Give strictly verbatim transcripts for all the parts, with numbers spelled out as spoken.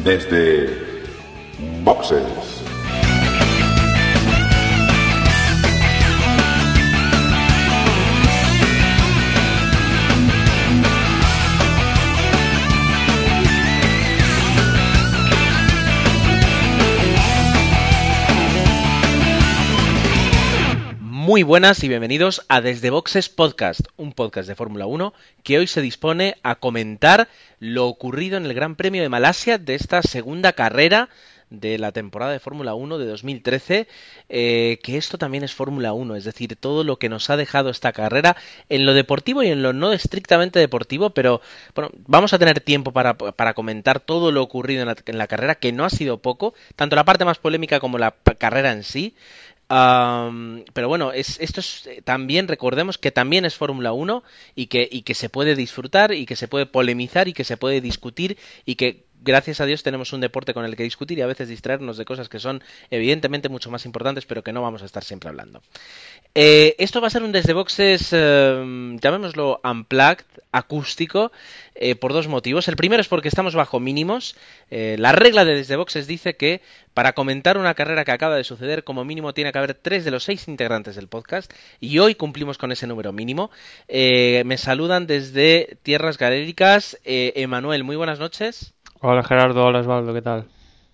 desde Boxes. Muy buenas y bienvenidos a Desde Boxes Podcast, un podcast de Fórmula uno que hoy se dispone a comentar lo ocurrido en el Gran Premio de Malasia de esta segunda carrera de la temporada de Fórmula uno de dos mil trece, eh, que esto también es Fórmula uno, es decir, todo lo que nos ha dejado esta carrera en lo deportivo y en lo no estrictamente deportivo, pero bueno, vamos a tener tiempo para, para comentar todo lo ocurrido en la, en la carrera, que no ha sido poco, tanto la parte más polémica como la carrera en sí. Um, pero bueno, es, esto es también, recordemos que también es Fórmula uno y que, y que se puede disfrutar y que se puede polemizar y que se puede discutir y que gracias a Dios tenemos un deporte con el que discutir y a veces distraernos de cosas que son evidentemente mucho más importantes, pero que no vamos a estar siempre hablando. Eh, esto va a ser un Desde Boxes, eh, llamémoslo unplugged, acústico, eh, por dos motivos. El primero es porque estamos bajo mínimos. Eh, la regla de Desde Boxes dice que para comentar una carrera que acaba de suceder, como mínimo tiene que haber tres de los seis integrantes del podcast, y hoy cumplimos con ese número mínimo. Eh, me saludan desde Tierras Galéricas. Eh, Emanuel, muy buenas noches. Hola Gerardo, hola Osvaldo, ¿qué tal?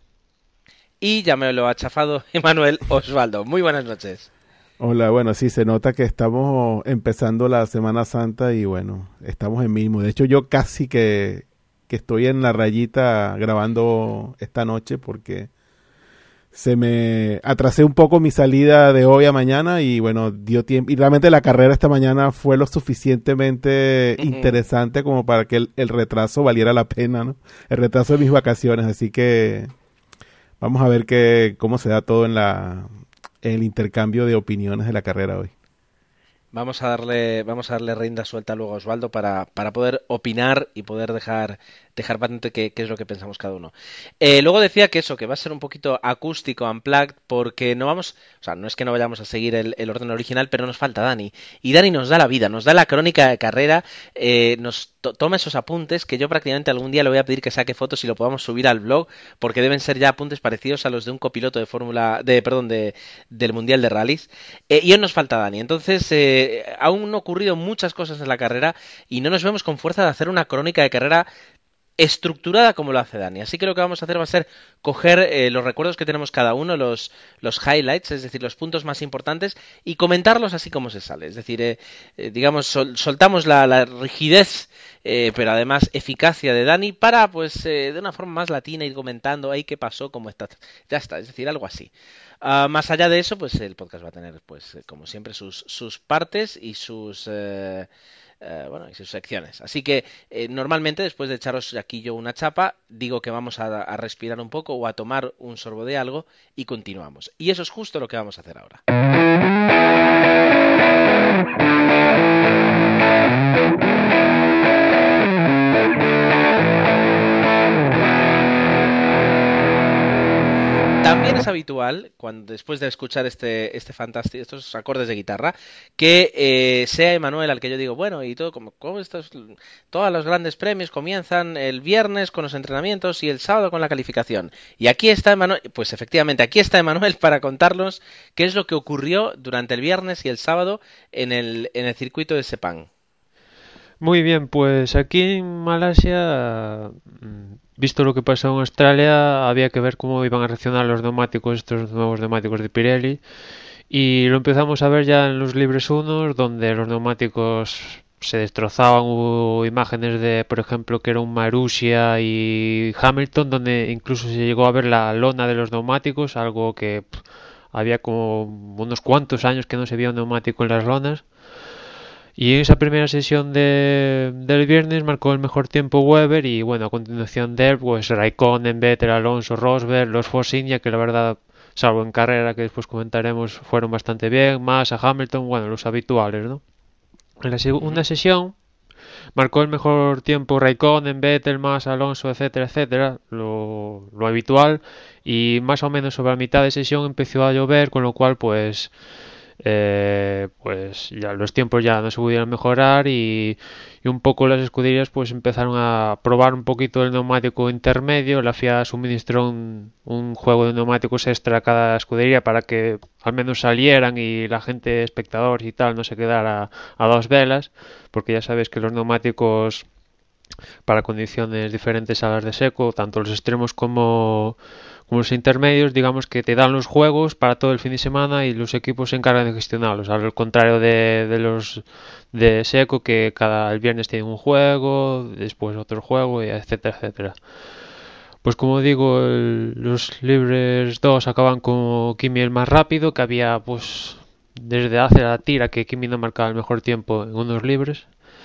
Y ya me lo ha chafado Emanuel. Osvaldo, muy buenas noches. Hola, bueno, sí, se nota que estamos empezando la Semana Santa y bueno, estamos en mínimo. De hecho, yo casi que, que estoy en la rayita grabando esta noche porque se me atrasé un poco mi salida de hoy a mañana y bueno, dio tiempo. Y realmente la carrera esta mañana fue lo suficientemente uh-huh. interesante como para que el, el retraso valiera la pena, ¿no? El retraso de mis vacaciones, así que vamos a ver que, cómo se da todo en la... el intercambio de opiniones de la carrera hoy. Vamos a darle, vamos a darle rienda suelta luego a Osvaldo para, para poder opinar y poder dejar, dejar patente qué, qué es lo que pensamos cada uno. Eh, luego decía que eso, que va a ser un poquito acústico, unplugged, porque no vamos, o sea, no es que no vayamos a seguir el, el orden original, pero nos falta Dani. Y Dani nos da la vida, nos da la crónica de carrera, eh, nos to- toma esos apuntes que yo prácticamente algún día le voy a pedir que saque fotos y lo podamos subir al blog, porque deben ser ya apuntes parecidos a los de un copiloto de Fórmula, de, perdón, de, del Mundial de Rallys. Eh, y hoy nos falta Dani. Entonces, eh, aún no han ocurrido muchas cosas en la carrera y no nos vemos con fuerza de hacer una crónica de carrera estructurada como lo hace Dani. Así que lo que vamos a hacer va a ser coger eh, los recuerdos que tenemos cada uno, los, los highlights, es decir, los puntos más importantes, y comentarlos así como se sale. Es decir, eh, eh, digamos, sol, soltamos la, la rigidez, eh, pero además eficacia de Dani para, pues, eh, de una forma más latina ir comentando, ahí qué pasó, cómo está. Ya está, es decir, algo así. Uh, más allá de eso, pues el podcast va a tener, pues, como siempre, sus, sus partes y sus... Eh, Uh, bueno, y sus secciones. Así que eh, normalmente después de echaros aquí yo una chapa, digo que vamos a, a respirar un poco o a tomar un sorbo de algo y continuamos. Y eso es justo lo que vamos a hacer ahora. También es habitual, cuando después de escuchar este, este fantástico, estos acordes de guitarra, que eh, sea Emanuel al que yo digo, bueno, y todo, como, como estos, todos los grandes premios comienzan el viernes con los entrenamientos y el sábado con la calificación. Y aquí está Emanuel, pues efectivamente, aquí está Emanuel para contarnos qué es lo que ocurrió durante el viernes y el sábado en el, en el circuito de Sepang. Muy bien, pues aquí en Malasia, visto lo que pasó en Australia, había que ver cómo iban a reaccionar los neumáticos, estos nuevos neumáticos de Pirelli, y lo empezamos a ver ya en los libres unos, donde los neumáticos se destrozaban. Hubo imágenes de, por ejemplo, que era un Marussia y Hamilton, donde incluso se llegó a ver la lona de los neumáticos, algo que pff, había como unos cuantos años que no se veía un neumático en las lonas. Y en esa primera sesión de, del viernes marcó el mejor tiempo Webber y bueno, a continuación de él, pues Raikkonen, Vettel, Alonso, Rosberg, los Force India, que la verdad, salvo en carrera que después comentaremos, fueron bastante bien, Massa, Hamilton, bueno, los habituales, ¿no? En la segunda sesión marcó el mejor tiempo Raikkonen, Vettel, Massa, Alonso, etcétera, etcétera, lo, lo habitual, y más o menos sobre la mitad de sesión empezó a llover, con lo cual pues eh, pues ya los tiempos ya no se pudieron mejorar y, y un poco las escuderías pues empezaron a probar un poquito el neumático intermedio. La F I A suministró un, un juego de neumáticos extra a cada escudería para que al menos salieran y la gente, espectadores y tal, no se quedara a dos velas, porque ya sabéis que los neumáticos para condiciones diferentes a las de seco, tanto los extremos como, como los intermedios, digamos que te dan los juegos para todo el fin de semana y los equipos se encargan de gestionarlos, al contrario de, de los de seco, que cada el viernes tienen un juego, después otro juego, y etcétera, etcétera. Pues como digo, el, los libres dos acaban con Kimi el más rápido, que había pues desde hace la tira que Kimi no marcaba el mejor tiempo en unos libres.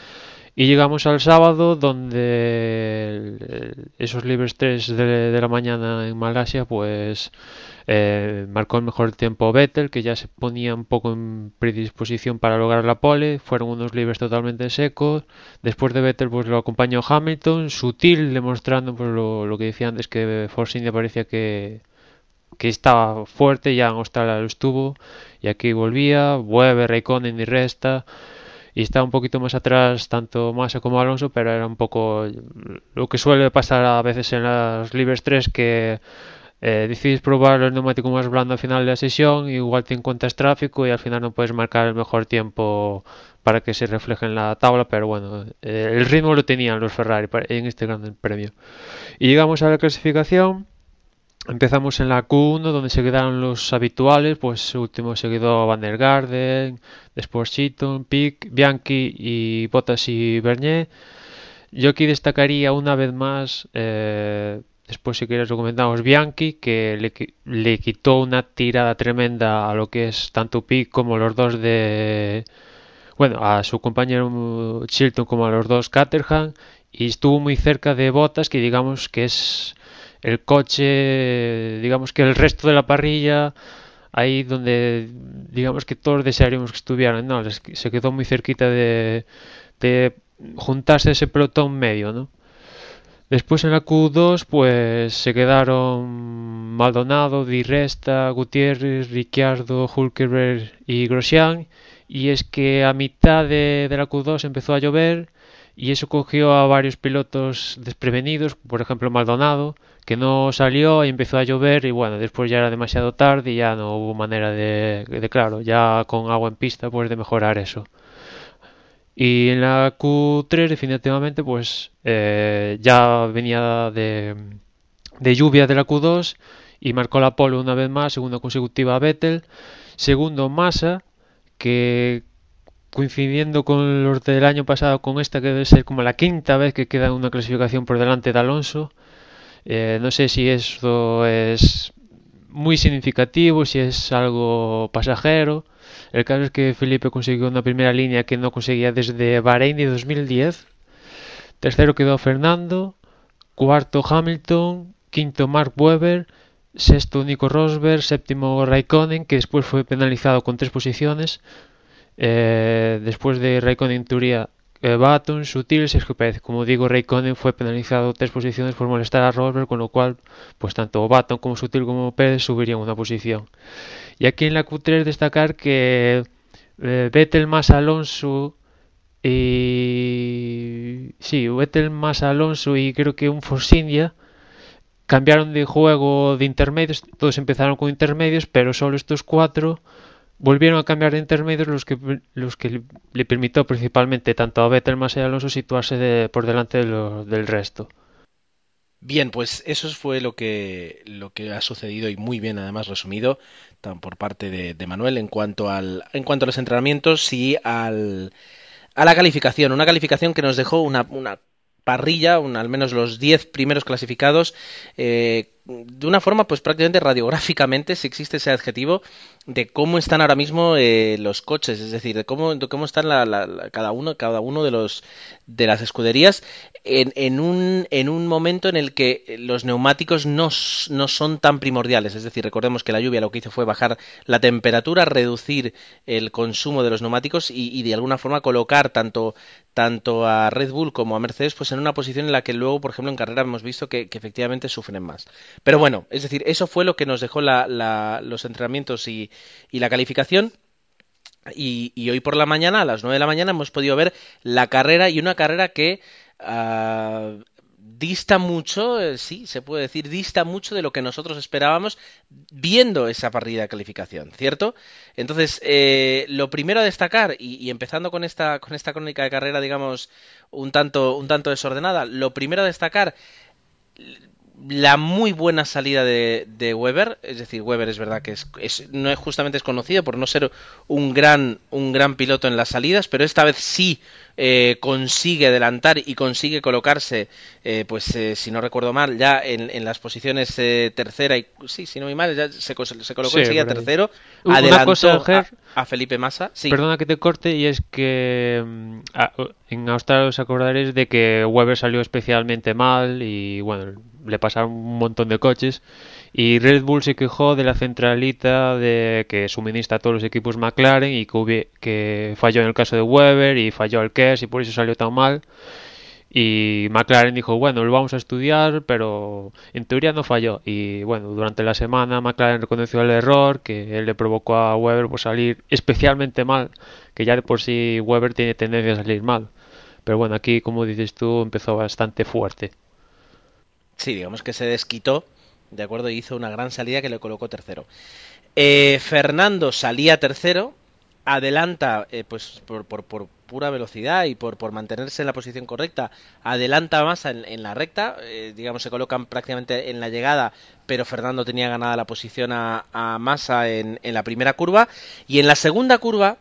Y llegamos al sábado, donde el, el, esos libres tres de, de la mañana en Malasia, pues eh, marcó el mejor tiempo Vettel, que ya se ponía un poco en predisposición para lograr la pole. Fueron unos libres totalmente secos. Después de Vettel pues lo acompañó Hamilton, sutil, demostrando pues, lo, lo que decía antes, que Force India parecía que, que estaba fuerte, ya en Australia lo estuvo, y aquí volvía, Webber, Raikkonen y Resta. Y está un poquito más atrás tanto Massa como Alonso, pero era un poco lo que suele pasar a veces en las Libres tres, que eh, decides probar el neumático más blando al final de la sesión, igual te encuentras tráfico y al final no puedes marcar el mejor tiempo para que se refleje en la tabla, pero bueno, eh, el ritmo lo tenían los Ferrari en este Gran Premio. Y llegamos a la clasificación. Empezamos en la Q uno, donde se quedaron los habituales, pues último se quedó Van der Garden, después Cheaton, Pic, Bianchi y Bottas y Bernier. Yo aquí destacaría una vez más, eh, después si quieres lo comentamos, Bianchi, que le, le quitó una tirada tremenda a lo que es tanto Pic como los dos de... Bueno, a su compañero Chilton como a los dos Caterham, y estuvo muy cerca de Bottas, que digamos que es el coche, digamos que el resto de la parrilla, ahí donde digamos que todos desearíamos que estuvieran, no, se quedó muy cerquita de, de juntarse ese pelotón medio, ¿no? Después en la Q dos pues se quedaron Maldonado, Di Resta, Gutiérrez, Ricciardo, Hülkenberg y Grosjean, y es que a mitad de, de la Q dos empezó a llover y eso cogió a varios pilotos desprevenidos, por ejemplo Maldonado, que no salió y empezó a llover y bueno, después ya era demasiado tarde y ya no hubo manera de, de claro, ya con agua en pista pues de mejorar eso. Y en la Q tres definitivamente pues eh, ya venía de, de lluvia de la Q dos y marcó la pole una vez más, segunda consecutiva Vettel, segundo Massa, que coincidiendo con los del año pasado, con esta que debe ser como la quinta vez que queda una clasificación por delante de Alonso. Eh, no sé si esto es muy significativo, si es algo pasajero. El caso es que Felipe consiguió una primera línea que no conseguía desde Bahrein de dos mil diez. Tercero quedó Fernando, cuarto Hamilton, quinto Mark Webber, sexto Nico Rosberg, séptimo Raikkonen, que después fue penalizado con tres posiciones. Eh, después de Raikkonen, teoría, eh, Button, Sutil, Sergio Pérez. Como digo, Raikkonen fue penalizado tres posiciones por molestar a Rosberg, con lo cual, pues tanto Button como Sutil como Pérez subirían una posición. Y aquí en la Q tres destacar que eh, Vettel más Alonso y sí, Vettel más Alonso y creo que un Force India cambiaron de juego de intermedios. Todos empezaron con intermedios, pero solo estos cuatro volvieron a cambiar de intermedios, los que los que le permitió principalmente tanto a Vettel más y a Alonso situarse de, por delante de lo, del resto. Bien, pues eso fue lo que lo que ha sucedido y muy bien además resumido tan por parte de, de Manuel en cuanto al en cuanto a los entrenamientos y al a la calificación, una calificación que nos dejó una una parrilla, un, al menos los diez primeros clasificados, eh, de una forma pues prácticamente radiográficamente, si existe ese adjetivo, de cómo están ahora mismo eh, los coches, es decir, de cómo, de cómo están la, la, la, cada uno cada uno de los de las escuderías en, en un en un momento en el que los neumáticos no, no son tan primordiales, es decir, recordemos que la lluvia lo que hizo fue bajar la temperatura, reducir el consumo de los neumáticos y, y de alguna forma colocar tanto tanto a Red Bull como a Mercedes pues en una posición en la que luego, por ejemplo, en carrera hemos visto que, que efectivamente sufren más. Pero bueno, es decir, eso fue lo que nos dejó la, la, los entrenamientos y, y la calificación. Y, y hoy por la mañana, a las nueve de la mañana, hemos podido ver la carrera, y una carrera que uh, dista mucho, eh, sí, se puede decir, dista mucho de lo que nosotros esperábamos viendo esa parrilla de calificación, ¿cierto? Entonces, eh, lo primero a destacar, y, y empezando con esta, con esta crónica de carrera, digamos, un tanto, un tanto desordenada, lo primero a destacar, la muy buena salida de, de Webber. Es decir, Webber es verdad que es, es, no es justamente es conocido por no ser un gran, un gran piloto en las salidas, pero esta vez sí eh, consigue adelantar y consigue colocarse, eh, pues eh, si no recuerdo mal, ya en, en las posiciones eh, tercera y sí, si no muy mal, ya se, se colocó sí, enseguida tercero, una adelantó cosa, Ger, a, a Felipe Massa. Sí. Perdona que te corte, y es que a, en Australia os acordaréis de que Webber salió especialmente mal y bueno, le pasaron un montón de coches, y Red Bull se quejó de la centralita de que suministra a todos los equipos McLaren y que, hubi- que falló en el caso de Webber y falló el Kers y por eso salió tan mal. Y McLaren dijo, bueno, lo vamos a estudiar, pero en teoría no falló. Y bueno, durante la semana McLaren reconoció el error que él le provocó a Webber por salir especialmente mal, que ya de por sí Webber tiene tendencia a salir mal. Pero bueno, aquí, como dices tú, empezó bastante fuerte. Sí, digamos que se desquitó, de acuerdo, y hizo una gran salida que le colocó tercero. Eh, Fernando salía tercero, adelanta, eh, pues por, por, por pura velocidad y por, por mantenerse en la posición correcta, adelanta a Massa en, en la recta, eh, digamos se colocan prácticamente en la llegada, pero Fernando tenía ganada la posición a, a Massa en, en la primera curva, y en la segunda curva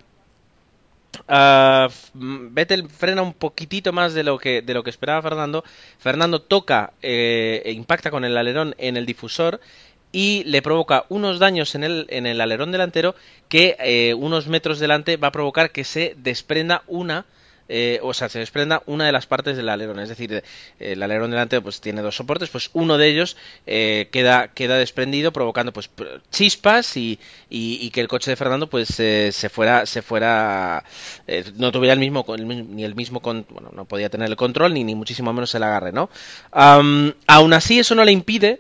Uh, Vettel frena un poquitito más de lo que de lo que esperaba Fernando. Fernando toca eh, e impacta con el alerón en el difusor y le provoca unos daños en el, en el alerón delantero que eh, unos metros delante va a provocar que se desprenda una Eh, o sea, se desprenda una de las partes del alerón, es decir, eh, el alerón delantero pues tiene dos soportes, pues uno de ellos eh, queda, queda desprendido, provocando pues chispas y, y, y que el coche de Fernando pues eh, se fuera, se fuera eh, no tuviera el mismo, el, ni el mismo con, bueno, no podía tener el control ni, ni muchísimo menos el agarre, ¿no? Um, aún así eso no le impide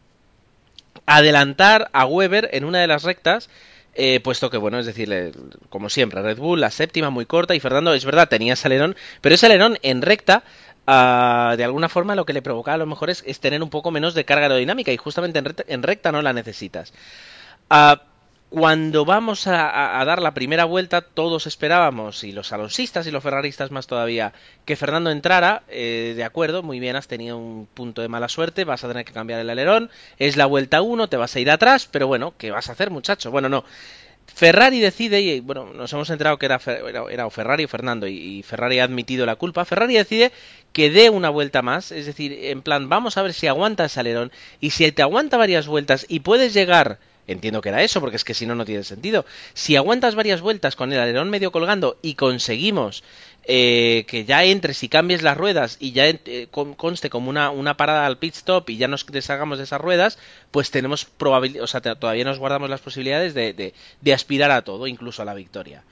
adelantar a Webber en una de las rectas. Eh, puesto que, bueno, es decir, eh, como siempre, Red Bull, la séptima muy corta, y Fernando, es verdad, tenía ese alerón, pero ese alerón en recta, uh, de alguna forma lo que le provocaba a lo mejor es, es tener un poco menos de carga aerodinámica, y justamente en recta, en recta no la necesitas. Uh, cuando vamos a, a, a dar la primera vuelta, todos esperábamos, y los alonsistas y los ferraristas más todavía, que Fernando entrara, eh, de acuerdo, muy bien, has tenido un punto de mala suerte, vas a tener que cambiar el alerón, es la vuelta uno, te vas a ir atrás, pero bueno, ¿qué vas a hacer, muchacho? Bueno, no. Ferrari decide, y bueno, nos hemos enterado que era, era, era o Ferrari o Fernando, y, y Ferrari ha admitido la culpa. Ferrari decide que dé una vuelta más, es decir, en plan, vamos a ver si aguanta ese alerón, y si te aguanta varias vueltas y puedes llegar... Entiendo que era eso, porque es que si no, no tiene sentido. Si aguantas varias vueltas con el alerón medio colgando y conseguimos eh, que ya entres y cambies las ruedas y ya eh, conste como una, una parada al pit stop y ya nos deshagamos de esas ruedas, pues tenemos probabilidad, o sea, todavía nos guardamos las posibilidades de, de, de aspirar a todo, incluso a la victoria.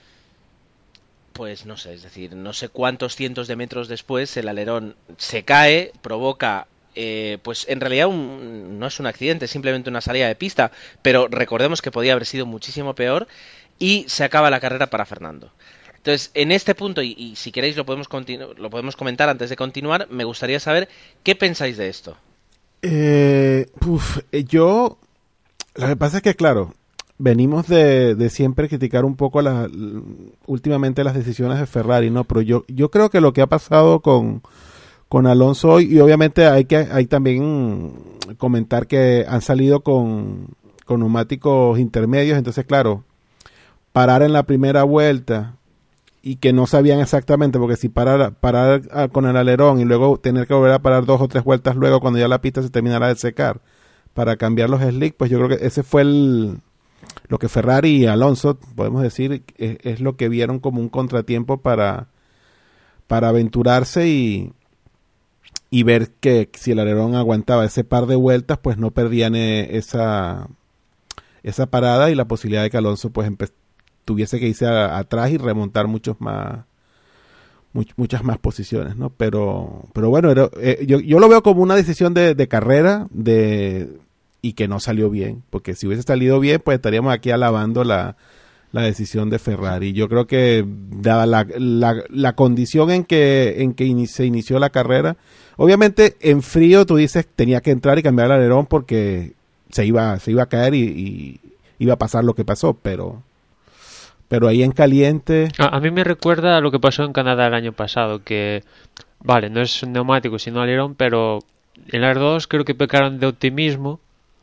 Pues no sé, es decir, no sé cuántos cientos de metros después el alerón se cae, provoca... Eh, pues en realidad un, no es un accidente, es simplemente una salida de pista, pero recordemos que podía haber sido muchísimo peor, y se acaba la carrera para Fernando. Entonces, en este punto, y, y si queréis lo podemos, continu- lo podemos comentar antes de continuar, me gustaría saber qué pensáis de esto. Eh, uf, yo, lo que pasa es que claro, venimos de, de siempre criticar un poco la, últimamente las decisiones de Ferrari, ¿no? Pero yo, yo creo que lo que ha pasado con con Alonso, y obviamente hay que hay también comentar que han salido con, con neumáticos intermedios, entonces claro, parar en la primera vuelta y que no sabían exactamente, porque si parar, parar con el alerón y luego tener que volver a parar dos o tres vueltas luego cuando ya la pista se terminara de secar para cambiar los slicks, pues yo creo que ese fue el lo que Ferrari y Alonso, podemos decir, es, es lo que vieron como un contratiempo para, para aventurarse y y ver que si el alerón aguantaba ese par de vueltas, pues no perdían eh, esa esa parada y la posibilidad de que Alonso pues empe- tuviese que irse a, atrás y remontar muchos más much, muchas más posiciones, ¿no? Pero pero bueno, era, eh, yo yo lo veo como una decisión de, de carrera de y que no salió bien, porque si hubiese salido bien, pues estaríamos aquí alabando la la decisión de Ferrari. Yo creo que dada la, la, la condición en que en que in, se inició la carrera, obviamente en frío tú dices tenía que entrar y cambiar el alerón porque se iba se iba a caer y, y iba a pasar lo que pasó, pero pero ahí en caliente... A, a mí me recuerda a lo que pasó en Canadá el año pasado, que vale, no es un neumático sino alerón, pero en las dos creo que pecaron de optimismo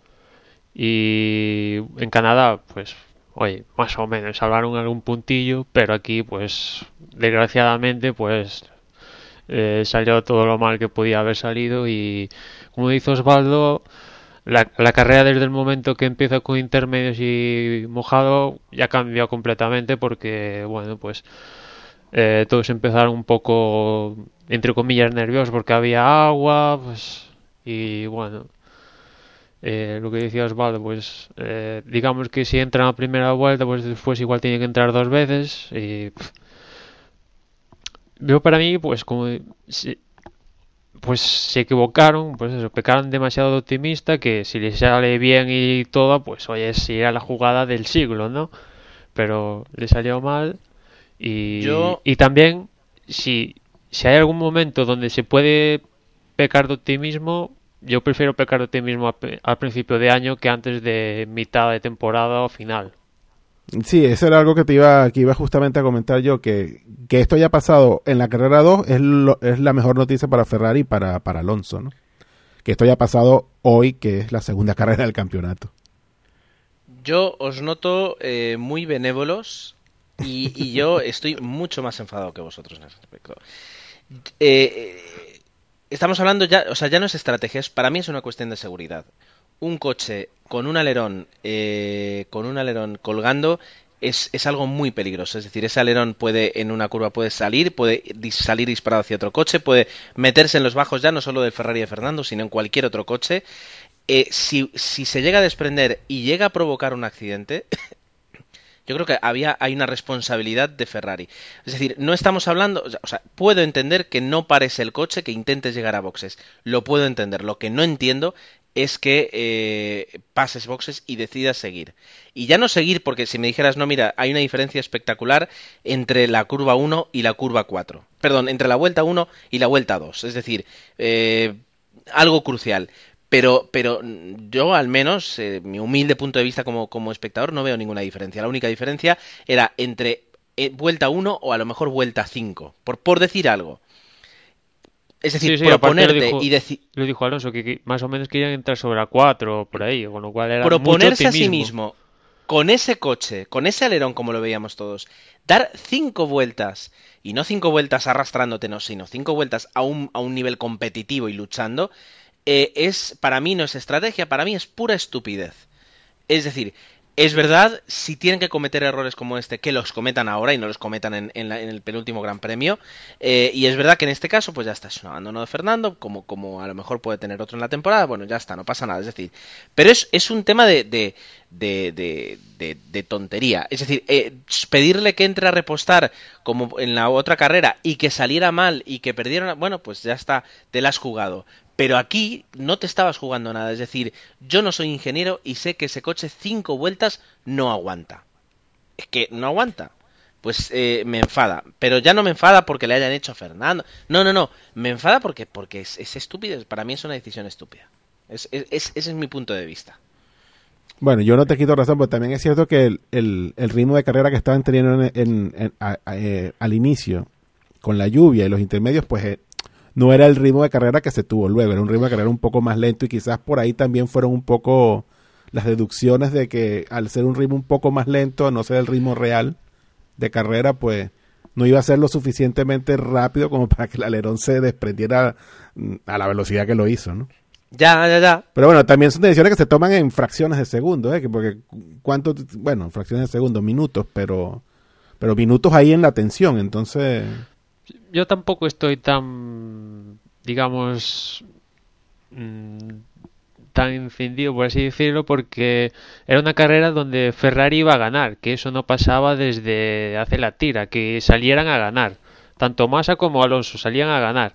y en Canadá pues oye, más o menos salvaron algún puntillo, pero aquí pues desgraciadamente pues eh, salió todo lo mal que podía haber salido y como dice Osvaldo, la, la carrera desde el momento que empieza con intermedios y mojado ya cambió completamente porque bueno pues eh, todos empezaron un poco entre comillas nerviosos porque había agua pues y bueno Eh, lo que decía Osvaldo, pues eh, digamos que si entran a primera vuelta, pues después igual tienen que entrar dos veces. Y pff, yo para mí, pues como si, pues se equivocaron, pues eso, pecaron demasiado de optimista, que si les sale bien y todo, pues oye, sería la jugada del siglo, ¿no? Pero le salió mal y, Yo... y también si, si hay algún momento donde se puede pecar de optimismo, yo prefiero pecar de optimismo al principio de año que antes de mitad de temporada o final. Sí, eso era algo que te iba, que iba justamente a comentar yo, que, que esto haya pasado en la carrera dos es, lo, es la mejor noticia para Ferrari y para, para Alonso, ¿no? Que esto haya pasado hoy, que es la segunda carrera del campeonato. Yo os noto eh, muy benévolos y, y yo estoy mucho más enfadado que vosotros en ese aspecto. Eh, estamos hablando ya, o sea, ya no es estrategias, para mí es una cuestión de seguridad. Un coche con un alerón, eh, con un alerón colgando es, es algo muy peligroso. Es decir, ese alerón puede en una curva puede salir, puede dis- salir disparado hacia otro coche, puede meterse en los bajos ya no solo del Ferrari de Fernando, sino en cualquier otro coche. Eh, si, si se llega a desprender y llega a provocar un accidente, yo creo que había hay una responsabilidad de Ferrari. Es decir, no estamos hablando, o sea, puedo entender que no pares el coche, que intentes llegar a boxes. Lo puedo entender. Lo que no entiendo es que eh, pases boxes y decidas seguir. Y ya no seguir porque si me dijeras, no, mira, hay una diferencia espectacular entre la curva uno y la curva cuatro. Perdón, entre la vuelta uno y la vuelta dos. Es decir, eh, algo crucial. Pero, pero yo al menos, eh, mi humilde punto de vista como, como espectador, no veo ninguna diferencia. La única diferencia era entre eh, vuelta uno o a lo mejor vuelta cinco, por, por decir algo. Es decir, Sí, sí, proponerte lo dijo, y decir... lo dijo Alonso, que, que más o menos querían entrar sobre la cuatro o por ahí, con lo cual era proponerse mucho a sí optimismo. mismo, con ese coche, con ese alerón como lo veíamos todos, dar cinco vueltas, y no cinco vueltas arrastrándote, no, sino cinco vueltas a un, a un nivel competitivo y luchando, eh, es para mí no es estrategia, para mí es pura estupidez. Es decir, es verdad, si tienen que cometer errores como este, que los cometan ahora y no los cometan en, en, la, en el penúltimo Gran Premio. Eh, y es verdad que en este caso, pues ya está, es un abandono de Fernando, como, como a lo mejor puede tener otro en la temporada. Bueno, ya está, no pasa nada. Es decir, pero es, es un tema de, de, de, de, de, de tontería. Es decir, eh, pedirle que entre a repostar como en la otra carrera y que saliera mal y que perdiera, bueno, pues ya está, te la has jugado. Pero aquí no te estabas jugando nada, es decir, yo no soy ingeniero y sé que ese coche cinco vueltas no aguanta. Es que no aguanta. Pues eh, me enfada. Pero ya no me enfada porque le hayan hecho a Fernando. No, no, no. Me enfada porque, porque es, es estúpido. Para mí es una decisión estúpida. Es, es, es, ese es mi punto de vista. Bueno, yo no te quito razón, pero también es cierto que el, el, el ritmo de carrera que estaban teniendo en, en, en, a, a, eh, al inicio, con la lluvia y los intermedios, pues... Eh, no era el ritmo de carrera que se tuvo luego, era un ritmo de carrera un poco más lento y quizás por ahí también fueron un poco las deducciones de que al ser un ritmo un poco más lento, a no ser el ritmo real de carrera, pues no iba a ser lo suficientemente rápido como para que el alerón se desprendiera a la velocidad que lo hizo, ¿no? Ya, ya, ya. Pero bueno, también son decisiones que se toman en fracciones de segundo, ¿eh? Porque cuánto, bueno, fracciones de segundo, minutos, pero, pero minutos ahí en la tensión, entonces... Yo tampoco estoy tan, digamos, mmm, tan encendido, por así decirlo, porque era una carrera donde Ferrari iba a ganar, que eso no pasaba desde hace la tira, que salieran a ganar. Tanto Massa como Alonso salían a ganar.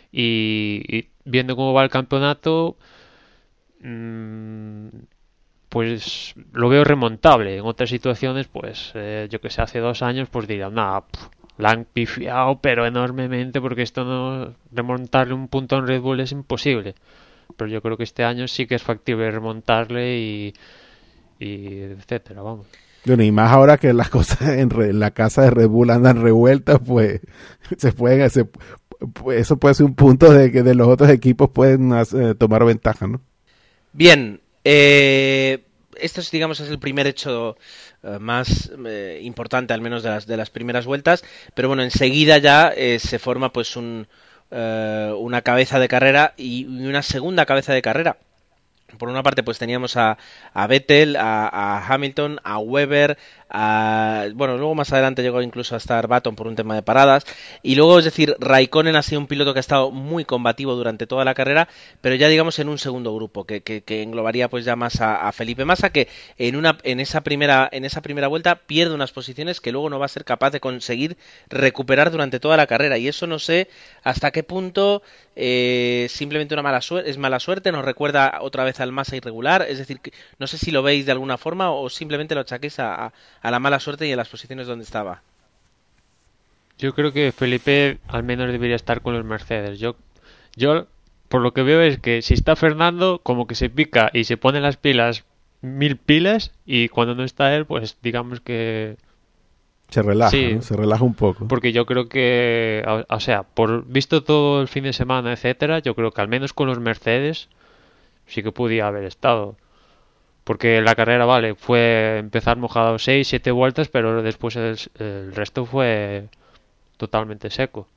Y, y viendo cómo va el campeonato, mmm, pues lo veo remontable. En otras situaciones, pues eh, yo que sé, hace dos años, pues dirán, nada, la han pifiado, pero enormemente, porque esto no, remontarle un punto en Red Bull es imposible. Pero yo creo que este año sí que es factible remontarle y, y etcétera, vamos. Bueno, y más ahora que las cosas en, re, en la casa de Red Bull andan revueltas, pues se pueden hacer, pues, eso puede ser un punto de que de los otros equipos pueden hacer, tomar ventaja, ¿no? Bien, eh, esto es, digamos, es el primer hecho eh, más eh, importante, al menos de las de las primeras vueltas, pero bueno, enseguida ya eh, se forma pues un eh, una cabeza de carrera y una segunda cabeza de carrera. Por una parte, pues teníamos a, a Vettel, a, a Hamilton, a Webber, a, bueno, luego más adelante llegó incluso a estar Button por un tema de paradas, y luego, es decir, Raikkonen ha sido un piloto que ha estado muy combativo durante toda la carrera, pero ya digamos en un segundo grupo, que, que, que englobaría pues ya más a, a Felipe Massa, que en una en esa primera en esa primera vuelta pierde unas posiciones que luego no va a ser capaz de conseguir recuperar durante toda la carrera, y eso no sé hasta qué punto eh, simplemente una mala suerte, es mala suerte, nos recuerda otra vez al Massa irregular, es decir, que no sé si lo veis de alguna forma o simplemente lo achaquéis a, a, a la mala suerte y a las posiciones donde estaba. Yo creo que Felipe al menos debería estar con los Mercedes. Yo, yo por lo que veo es que si está Fernando, como que se pica y se pone las pilas, mil pilas, y cuando no está él, pues digamos que se relaja, sí, ¿no? Se relaja un poco. Porque yo creo que, o, o sea, por visto todo el fin de semana, etcétera, yo creo que al menos con los Mercedes sí que podía haber estado. Porque la carrera, vale, fue empezar mojado seis, siete vueltas, pero después el, el resto fue totalmente seco.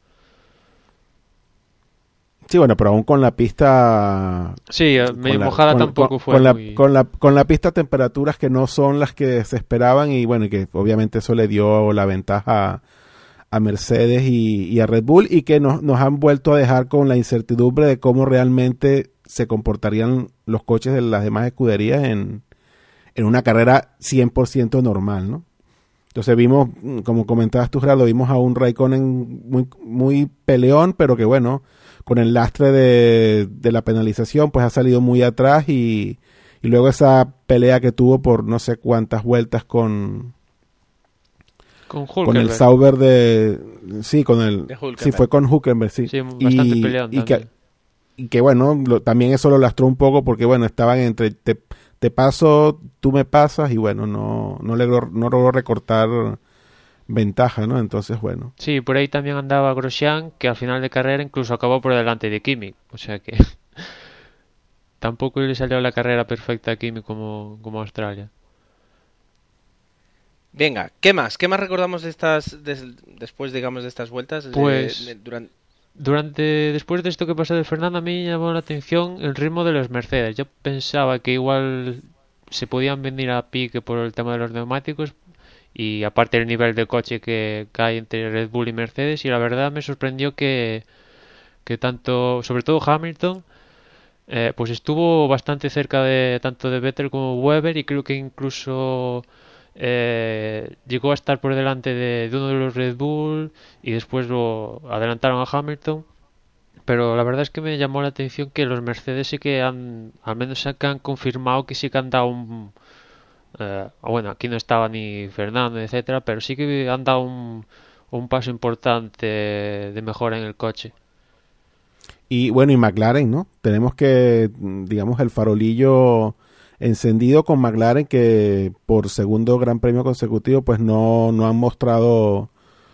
Sí, bueno, pero aún con la pista... Sí, medio mojada con, tampoco con, fue con la, muy... con la Con la pista temperaturas que no son las que se esperaban y bueno, y que obviamente eso le dio la ventaja a, a Mercedes y, y a Red Bull, y que nos, nos han vuelto a dejar con la incertidumbre de cómo realmente se comportarían los coches de las demás escuderías en, en una carrera cien por ciento normal, ¿no? Entonces vimos, como comentabas tú, Gerardo, vimos a un Raikkonen muy, muy peleón, pero que bueno, con el lastre de, de la penalización, pues ha salido muy atrás, y, y luego esa pelea que tuvo por no sé cuántas vueltas con con, con el Sauber de... Sí, con el... Sí, fue con Hülkenberg, sí. Sí, bastante y, peleón y que, y que bueno, lo, también eso lo lastró un poco porque bueno, estaban entre... Te, te paso, tú me pasas, y bueno, no no logró, no logró recortar ventaja, ¿no? Entonces, bueno. Sí, por ahí también andaba Grosjean, que al final de carrera incluso acabó por delante de Kimi, o sea que tampoco le salió la carrera perfecta a Kimi como, como Australia. Venga, ¿qué más? ¿Qué más recordamos de estas, de, después, digamos, de estas vueltas? Pues... De, de, durante... Durante, después de esto que pasó de Fernando, a mí me llamó la atención el ritmo de los Mercedes. Yo pensaba que igual se podían venir a pique por el tema de los neumáticos y aparte el nivel de coche que, que hay entre Red Bull y Mercedes, y la verdad me sorprendió que, que tanto, sobre todo Hamilton, eh, pues estuvo bastante cerca de tanto de Vettel como Webber, y creo que incluso... Eh, llegó a estar por delante de, de uno de los Red Bull y después lo adelantaron a Hamilton, pero la verdad es que me llamó la atención que los Mercedes sí que han, al menos que han confirmado que sí que han dado un eh, bueno, aquí no estaba ni Fernando, etcétera, pero sí que han dado un, un paso importante de mejora en el coche. Y bueno, y McLaren, ¿no? Tenemos que, digamos, el farolillo encendido con McLaren, que por segundo gran premio consecutivo pues no, no han mostrado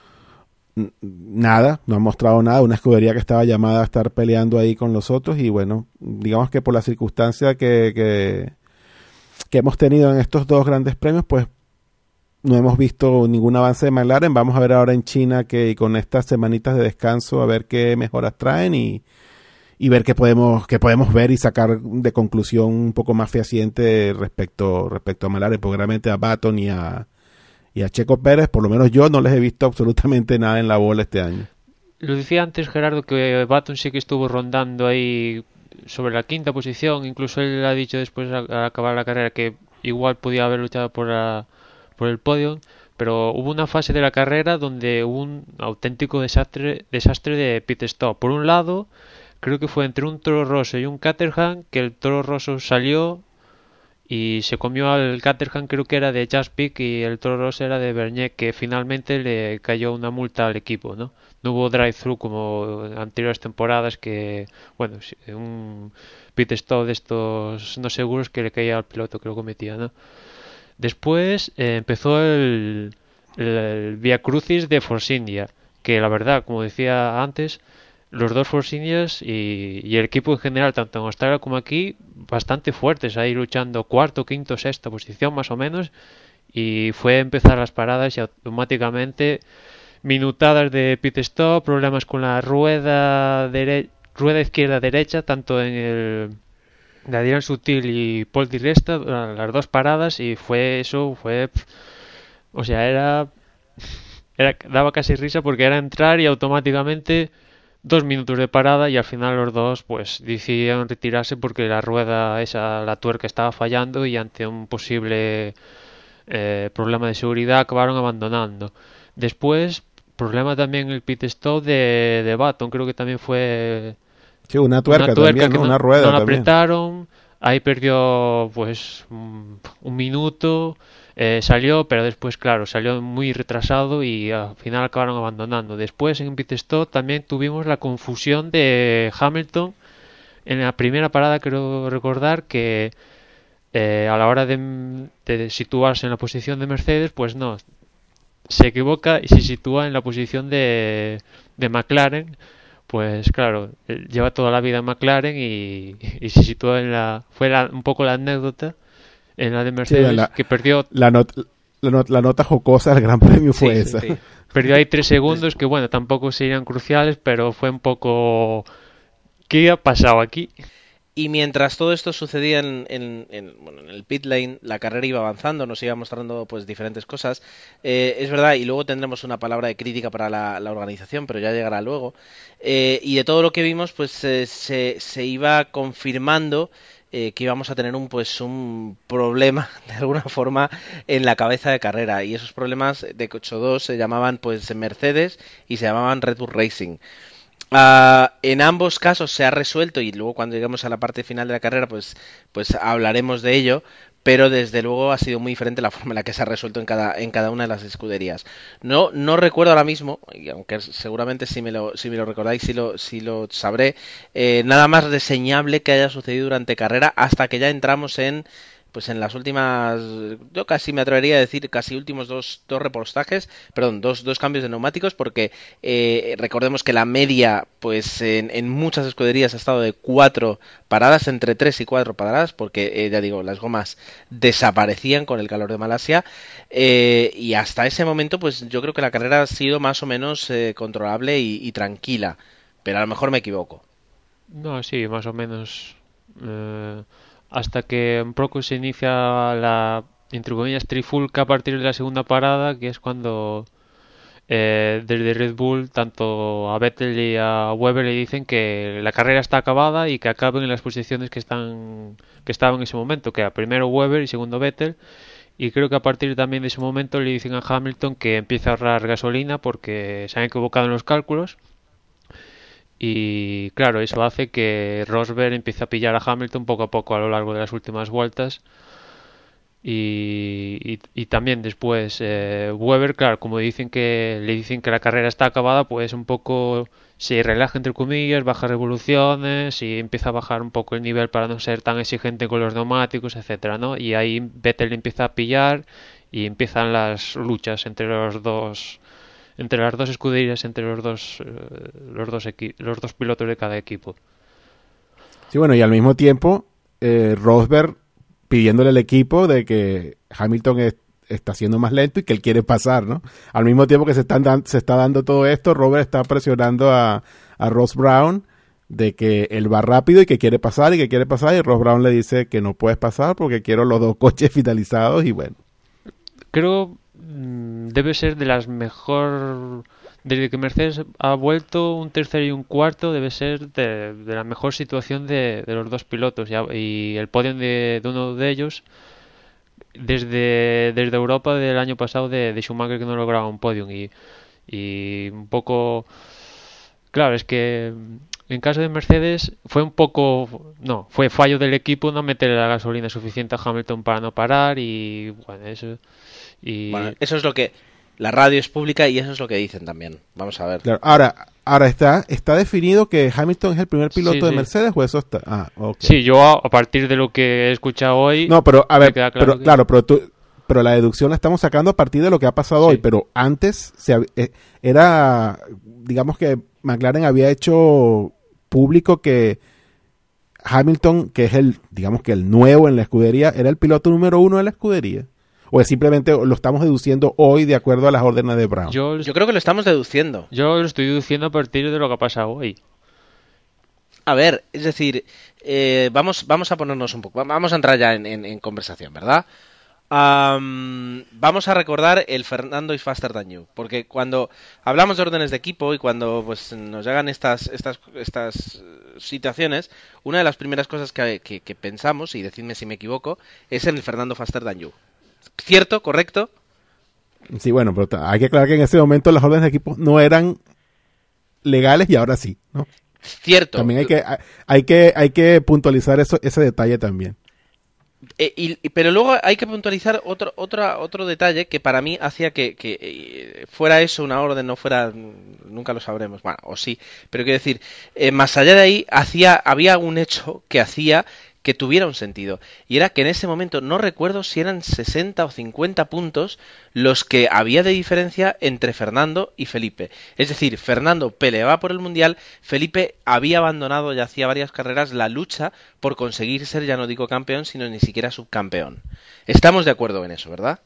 nada, no han mostrado nada, una escudería que estaba llamada a estar peleando ahí con los otros, y bueno, digamos que por la circunstancia que, que, que hemos tenido en estos dos grandes premios, pues no hemos visto ningún avance de McLaren. Vamos a ver ahora en China que y con estas semanitas de descanso a ver qué mejoras traen y y ver qué podemos qué podemos ver y sacar de conclusión un poco más fehaciente respecto respecto a McLaren, porque realmente a Button y a y a Checo Pérez, por lo menos yo no les he visto absolutamente nada en la bola este año. Lo decía antes Gerardo, que Button sí que estuvo rondando ahí sobre la quinta posición, incluso él ha dicho después al acabar la carrera que igual podía haber luchado por la, por el podio, pero hubo una fase de la carrera donde hubo un auténtico desastre desastre de pit stop. Por un lado, creo que fue entre un Toro Rosso y un Caterham, que el Toro Rosso salió y se comió al Caterham, creo que era de Jaspic, y el Toro Rosso era de Bernier, que finalmente le cayó una multa al equipo, ¿no? No hubo drive-thru como en anteriores temporadas, que, bueno, un pit stop de estos no seguros que le caía al piloto que lo cometía, ¿no? Después eh, empezó el, el, el Via Crucis de Force India, que la verdad, como decía antes, los dos Force Indias y, y el equipo en general, tanto en Australia como aquí, bastante fuertes, ahí luchando cuarto, quinto, sexta posición más o menos, y fue empezar las paradas y automáticamente minutadas de pit stop, problemas con la rueda dere- rueda izquierda derecha, tanto en el de Adrián Sutil y Paul Di Resta, las dos paradas, y fue eso, fue, o sea, era, era daba casi risa porque era entrar y automáticamente dos minutos de parada, y al final los dos pues decidieron retirarse porque la rueda esa, la tuerca, estaba fallando, y ante un posible eh, problema de seguridad acabaron abandonando. Después, problema también el pit stop de, de Baton, creo que también fue sí, una tuerca, una tuerca también, que ¿no? no, Una rueda no la también. apretaron, ahí perdió pues un, un minuto, eh, salió, pero después claro, salió muy retrasado y al final acabaron abandonando. Después en pit stop también tuvimos la confusión de Hamilton en la primera parada, creo recordar que eh, a la hora de, de situarse en la posición de Mercedes, pues no, se equivoca y se sitúa en la posición de, de McLaren. Pues claro, él lleva toda la vida en McLaren y, y se sitúa en la... Fue la, un poco la anécdota en la de Mercedes, Sí, la, que perdió... La, not, la, not, la nota jocosa del Gran Premio fue Sí, esa. sí, sí. Perdió ahí tres segundos, que bueno, tampoco serían cruciales, pero fue un poco... ¿Qué ha pasado aquí? Y mientras todo esto sucedía en, en, en, bueno, en el pit lane, la carrera iba avanzando, nos iba mostrando pues diferentes cosas. Eh, es verdad, y luego tendremos una palabra de crítica para la, la organización, pero ya llegará luego. Eh, y de todo lo que vimos, pues eh, se, se iba confirmando eh, que íbamos a tener un pues un problema de alguna forma en la cabeza de carrera. Y esos problemas de ocho dos se llamaban pues Mercedes y se llamaban Red Bull Racing. Uh, en ambos casos se ha resuelto, y luego cuando lleguemos a la parte final de la carrera pues, pues hablaremos de ello, pero desde luego ha sido muy diferente la forma en la que se ha resuelto en cada, en cada una de las escuderías. No, no recuerdo ahora mismo, y aunque seguramente si me lo, si me lo recordáis sí lo, sí lo sabré, eh, nada más reseñable que haya sucedido durante carrera hasta que ya entramos en... pues en las últimas, yo casi me atrevería a decir, casi últimos dos, dos repostajes, perdón, dos, dos cambios de neumáticos, porque eh, recordemos que la media, pues en, en muchas escuderías ha estado de cuatro paradas, entre tres y cuatro paradas, porque eh, ya digo, las gomas desaparecían con el calor de Malasia, eh, y hasta ese momento, pues yo creo que la carrera ha sido más o menos eh, controlable y, y tranquila, pero a lo mejor me equivoco. No, sí, más o menos... Eh... hasta que un poco se inicia la, entre comillas, trifulca a partir de la segunda parada, que es cuando eh, desde Red Bull tanto a Vettel y a Webber le dicen que la carrera está acabada y que acaben en las posiciones que están que estaban en ese momento, que era primero Webber y segundo Vettel, y creo que a partir también de ese momento le dicen a Hamilton que empiece a ahorrar gasolina porque se han equivocado en los cálculos. Y claro, eso hace que Rosberg empiece a pillar a Hamilton poco a poco a lo largo de las últimas vueltas. Y, y, y también después eh, Webber, claro, como dicen que le dicen que la carrera está acabada, pues un poco se relaja entre comillas, baja revoluciones y empieza a bajar un poco el nivel para no ser tan exigente con los neumáticos, etcétera, ¿no? Y ahí Vettel empieza a pillar y empiezan las luchas entre los dos entre las dos escuderías, entre los dos eh, los dos equi- los dos pilotos de cada equipo. Sí, bueno, y al mismo tiempo eh, Rosberg pidiéndole al equipo de que Hamilton es, está siendo más lento y que él quiere pasar, ¿no? Al mismo tiempo que se, están dan, se está dando todo esto, Rosberg está presionando a, a Ross Brown de que él va rápido y que quiere pasar y que quiere pasar, y Ross Brown le dice que no puedes pasar porque quiero los dos coches finalizados. Y bueno, creo mmm, debe ser de las mejor desde que Mercedes ha vuelto un tercero y un cuarto, debe ser de, de la mejor situación de, de los dos pilotos, y, y el podio de, de uno de ellos desde, desde Europa del año pasado de, de Schumacher, que no lograba un podio, y, y un poco claro, es que en caso de Mercedes fue un poco, no, fue fallo del equipo no meterle la gasolina suficiente a Hamilton para no parar y bueno, eso y Bueno, eso es lo que la radio es pública y eso es lo que dicen también. Vamos a ver. Claro. Ahora, ahora está, está definido que Hamilton es el primer piloto Sí, de sí. Mercedes, o eso está. Ah, ok. Sí, yo a, a partir de lo que he escuchado hoy No, pero a me ver, queda claro pero que- claro, pero tú, pero la deducción la estamos sacando a partir de lo que ha pasado Sí. hoy, pero antes se hab- eh, era, digamos que McLaren había hecho público que Hamilton, que es el, digamos que el nuevo en la escudería, era el piloto número uno de la escudería. O es simplemente lo estamos deduciendo hoy de acuerdo a las órdenes de Brown. yo, Yo creo que lo estamos deduciendo. yo lo estoy deduciendo a partir de lo que ha pasado hoy. A ver, es decir, eh, vamos, vamos a ponernos un poco, vamos a entrar ya en, en- en conversación, ¿verdad? Am, vamos a recordar el Fernando is faster than you, porque cuando hablamos de órdenes de equipo y cuando pues nos llegan estas estas estas eh, situaciones, una de las primeras cosas que, que- que pensamos, y decidme si me equivoco, es en el Fernando faster than you. ¿Cierto? ¿Correcto? Sí, bueno, pero ta- hay que aclarar que en ese momento las órdenes de equipo no eran legales y ahora sí, ¿no? Cierto. También hay que hay que hay que puntualizar eso ese detalle también. Eh, y- y- pero luego hay que puntualizar otro otro, otro detalle que para mí hacía que, que, eh, fuera eso una orden, no fuera, mm, nunca lo sabremos, bueno, o sí, pero quiero decir, eh, más allá de ahí, hacía, había un hecho que hacía que tuviera un sentido, y era que en ese momento, no recuerdo si eran sesenta o cincuenta puntos los que había de diferencia entre Fernando y Felipe. Es decir, Fernando peleaba por el Mundial, Felipe había abandonado ya hacía varias carreras la lucha por conseguir ser, ya no digo campeón, sino ni siquiera subcampeón. Estamos de acuerdo en eso, ¿verdad?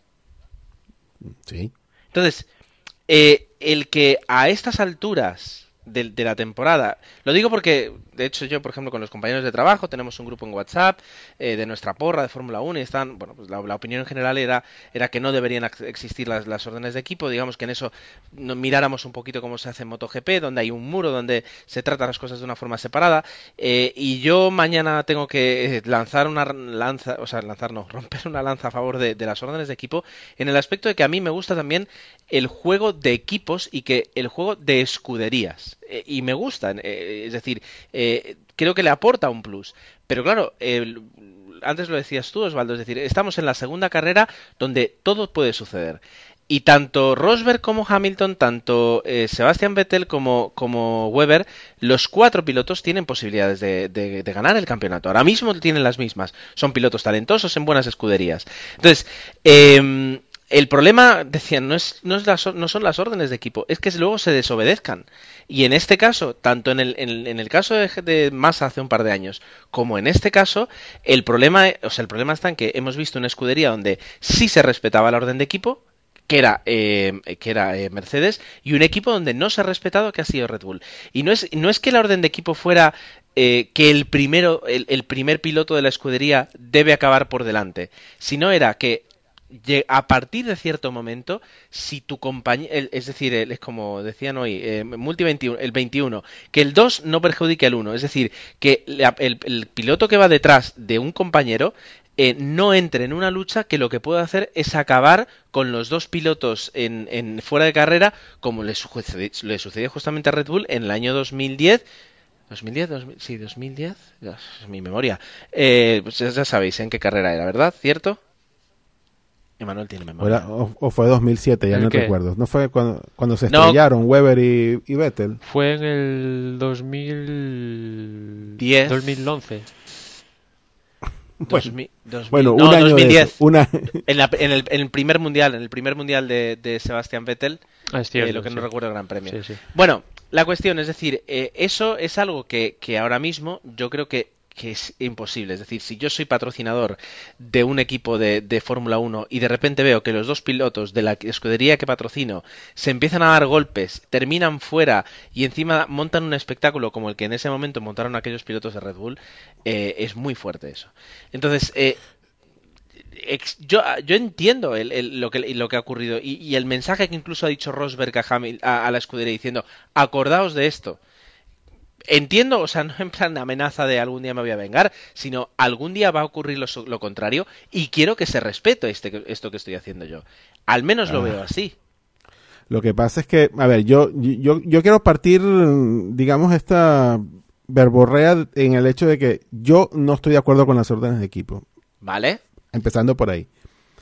Sí. Entonces, eh, el que a estas alturas de, de la temporada, lo digo porque, de hecho, yo, por ejemplo, con los compañeros de trabajo, tenemos un grupo en WhatsApp eh, de nuestra porra de Fórmula uno y están, bueno, pues la, la opinión en general era, era que no deberían ac- existir las, las órdenes de equipo, digamos que en eso no, miráramos un poquito cómo se hace en MotoGP, donde hay un muro, donde se tratan las cosas de una forma separada, eh, y yo mañana tengo que eh, lanzar una lanza, o sea, lanzar no, romper una lanza a favor de, de las órdenes de equipo, en el aspecto de que a mí me gusta también el juego de equipos y que el juego de escuderías, eh, y me gustan, eh, es decir, eh, creo que le aporta un plus, pero claro, el, antes lo decías tú, Osvaldo, es decir, estamos en la segunda carrera donde todo puede suceder. Y tanto Rosberg como Hamilton, tanto eh, Sebastian Vettel como, como Webber, los cuatro pilotos tienen posibilidades de, de, de ganar el campeonato. Ahora mismo tienen las mismas. Son pilotos talentosos en buenas escuderías. Entonces, eh, el problema, decían, no, es, no, es las, no son las órdenes de equipo, es que luego se desobedezcan. Y en este caso, tanto en el, en, en el caso de, de Massa hace un par de años, como en este caso, el problema, o sea, el problema está en que hemos visto una escudería donde sí se respetaba la orden de equipo, que era, eh, que era eh, Mercedes, y un equipo donde no se ha respetado, que ha sido Red Bull. Y no es, no es que la orden de equipo fuera eh, que el primero, el, el primer piloto de la escudería debe acabar por delante, sino era que a partir de cierto momento, si tu compañero, es decir, el, es como decían hoy, eh, multi veintiuno, el veintiuno, que el dos no perjudique al uno, es decir, que la, el, el piloto que va detrás de un compañero eh, no entre en una lucha que lo que puede hacer es acabar con los dos pilotos en, en fuera de carrera, como le, sucedió, le sucedió justamente a Red Bull en el año dos mil diez. ¿dos mil diez? dos mil, sí, dos mil diez, ya, es mi memoria. Eh, pues ya, ya sabéis en qué carrera era, ¿verdad? ¿Cierto? Emanuel tiene memoria. O, era, o, o fue dos mil siete, ya no qué? recuerdo. ¿No fue cuando, cuando se No. estrellaron Webber y, y Vettel? Fue en el dos mil diez. dos mil once. dos mil, dos mil, Bueno, no, un año dos mil diez. de eso, una... En, la, en, el, en el primer mundial, en el primer mundial de, de Sebastián Vettel, Ah, es cierto, eh, lo que sí. no recuerdo el Gran Premio. Sí, sí. Bueno, la cuestión es decir, eh, eso es algo que, que ahora mismo yo creo que, que es imposible. Es decir, si yo soy patrocinador de un equipo de, de Fórmula uno y de repente veo que los dos pilotos de la escudería que patrocino se empiezan a dar golpes, terminan fuera y encima montan un espectáculo como el que en ese momento montaron aquellos pilotos de Red Bull, eh, es muy fuerte eso. Entonces, eh, ex, yo, yo entiendo el, el, lo, que, lo que ha ocurrido y, y el mensaje que incluso ha dicho Rosberg a, Hamil, a, a la escudería diciendo, acordaos de esto. Entiendo, o sea, no en plan amenaza de algún día me voy a vengar, sino algún día va a ocurrir lo, lo contrario y quiero que se respete este, esto que estoy haciendo yo. Al menos lo ah. veo así. Lo que pasa es que, a ver, yo, yo, yo quiero partir, digamos, esta, verborrea en el hecho de que yo no estoy de acuerdo con las órdenes de equipo. Vale. Empezando por ahí.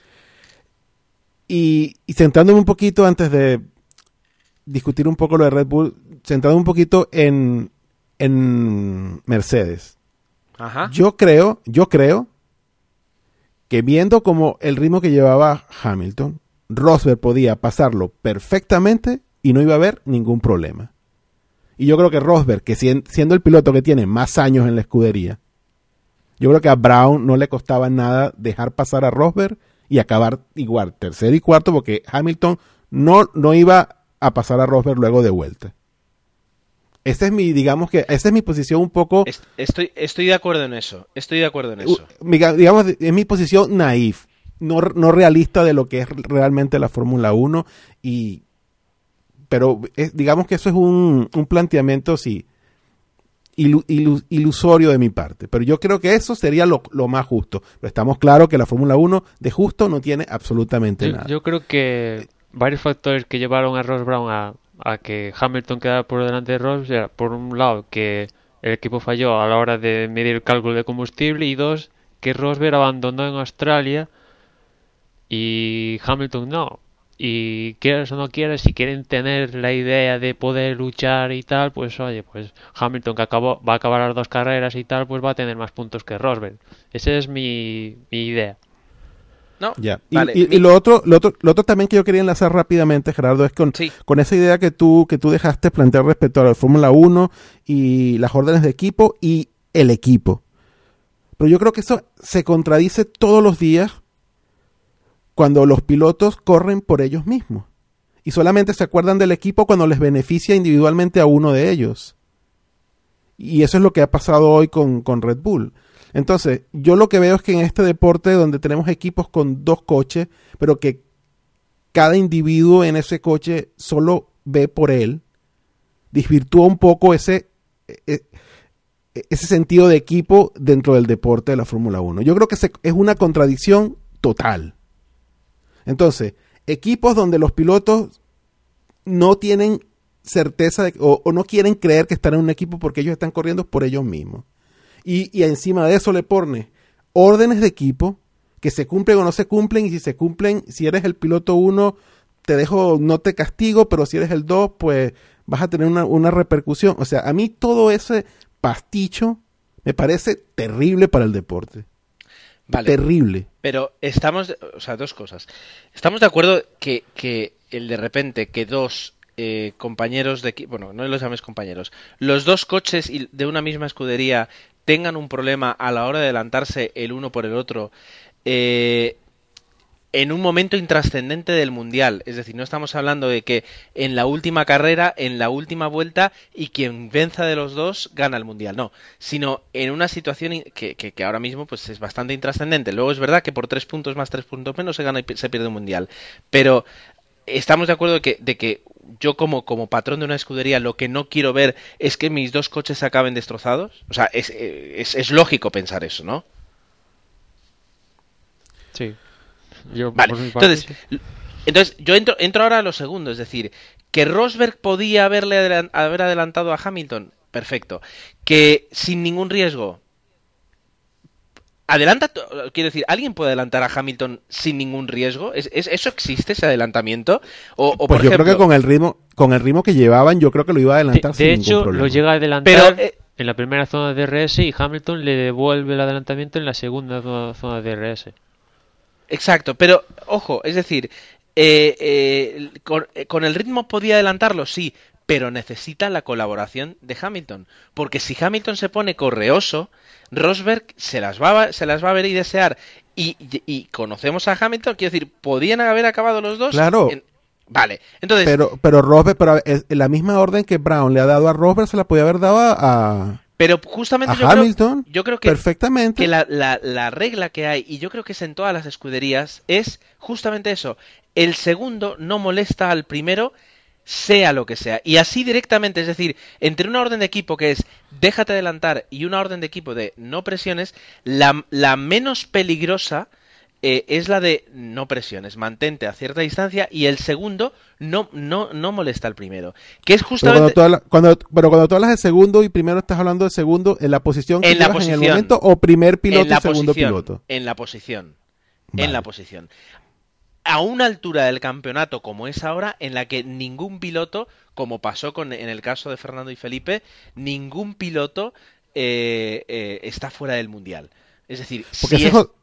Y, y centrándome un poquito antes de discutir un poco lo de Red Bull, centrándome un poquito en, en Mercedes. Ajá. Yo creo, yo creo que viendo como el ritmo que llevaba Hamilton, Rosberg podía pasarlo perfectamente y no iba a haber ningún problema. Y yo creo que Rosberg, que siendo el piloto que tiene más años en la escudería, yo creo que a Brown no le costaba nada dejar pasar a Rosberg y acabar igual, tercero y cuarto, porque Hamilton no, no iba a pasar a Rosberg luego de vuelta. Esa es mi, digamos que, esa es mi posición un poco... Estoy, estoy de acuerdo en eso, estoy de acuerdo en eso. Digamos, es mi posición naif, no, no realista de lo que es realmente la Fórmula uno, y, pero es, digamos que eso es un, un planteamiento, sí, ilu, ilu, ilusorio de mi parte, pero yo creo que eso sería lo, lo más justo. Pero estamos claros que la Fórmula uno de justo no tiene absolutamente yo, nada. Yo creo que varios factores que llevaron a Ross Brown a... a que Hamilton quedara por delante de Rosberg era, por un lado, que el equipo falló a la hora de medir el cálculo de combustible, y dos, que Rosberg abandonó en Australia y Hamilton no. Y quieras o no quieras, si quieren tener la idea de poder luchar y tal, pues oye, pues Hamilton, que acabó, va a acabar las dos carreras y tal, pues va a tener más puntos que Rosberg. Esa es mi, mi idea. No, ya. Vale, y, y, mi... y lo otro, lo otro, lo otro también que yo quería enlazar rápidamente, Gerardo, es con, sí. con esa idea que tú, que tú dejaste plantear respecto a la Fórmula uno y las órdenes de equipo y el equipo. Pero yo creo que eso se contradice todos los días cuando los pilotos corren por ellos mismos y solamente se acuerdan del equipo cuando les beneficia individualmente a uno de ellos. Y eso es lo que ha pasado hoy con, con Red Bull. Entonces, yo lo que veo es que en este deporte donde tenemos equipos con dos coches, pero que cada individuo en ese coche solo ve por él, desvirtúa un poco ese, ese sentido de equipo dentro del deporte de la Fórmula uno. Yo creo que es una contradicción total. Entonces, equipos donde los pilotos no tienen certeza de, o, o no quieren creer que están en un equipo porque ellos están corriendo por ellos mismos. Y, y encima de eso le pone órdenes de equipo que se cumplen o no se cumplen, y si se cumplen, si eres el piloto uno, te dejo, no te castigo, pero si eres el dos, pues vas a tener una, una repercusión. O sea, a mí todo ese pasticho me parece terrible para el deporte. Vale, terrible. Pero estamos, de, o sea, dos cosas. Estamos de acuerdo que, que el de repente que dos eh, compañeros de equipo, bueno, no los llames compañeros, los dos coches de una misma escudería tengan un problema a la hora de adelantarse el uno por el otro eh, en un momento intrascendente del mundial. Es decir, no estamos hablando de que en la última carrera, en la última vuelta, y quien venza de los dos gana el mundial. No, sino en una situación que, que, que ahora mismo pues es bastante intrascendente. Luego es verdad que por tres puntos más tres puntos menos se gana y se pierde un mundial. Pero estamos de acuerdo de que, de que yo como, como patrón de una escudería lo que no quiero ver es que mis dos coches se acaben destrozados. O sea, es, es, es lógico pensar eso, ¿no? Sí. Yo, vale, por mi parte, entonces, sí. entonces yo entro, entro ahora a lo segundo, es decir, que Rosberg podía haberle adelant- haber adelantado a Hamilton, perfecto. Que sin ningún riesgo, adelanta, quiero decir, ¿alguien puede adelantar a Hamilton sin ningún riesgo? ¿Es, es, ¿Eso existe, ese adelantamiento? O, o pues por yo ejemplo, creo que con el ritmo, con el ritmo que llevaban, yo creo que lo iba a adelantar de, sin de ningún hecho, problema. lo llega a adelantar pero, eh, en la primera zona de D R S y Hamilton le devuelve el adelantamiento en la segunda zona, zona de D R S. Exacto, pero ojo, es decir, eh, eh, con, eh, con el ritmo podía adelantarlo, sí, pero necesita la colaboración de Hamilton, porque si Hamilton se pone correoso, Rosberg se las va a, se las va a ver y desear, y, y, y conocemos a Hamilton, quiero decir, ¿podían haber acabado los dos? Claro. En... Vale, entonces... Pero, pero Rosberg, pero la misma orden que Brown le ha dado a Rosberg se la podía haber dado a... a... Pero justamente a yo Hamilton, creo, yo creo que, perfectamente. que la, la, la regla que hay, y yo creo que es en todas las escuderías, es justamente eso. El segundo no molesta al primero, sea lo que sea. Y así directamente, es decir, entre una orden de equipo que es déjate adelantar y una orden de equipo de no presiones, la, la menos peligrosa eh, es la de no presiones, mantente a cierta distancia, y el segundo no, no, no molesta al primero. Que es Pero justamente... cuando, tú hablas, cuando, pero cuando tú hablas de segundo y primero estás hablando de segundo, ¿en la posición que En la llevas en el posición. momento o primer piloto en la y segundo posición, piloto? En la posición. Vale. En la posición. A una altura del campeonato como es ahora, en la que ningún piloto, como pasó con, en el caso de Fernando y Felipe, ningún piloto eh, eh, está fuera del mundial. Es decir, Porque si ese es, jo-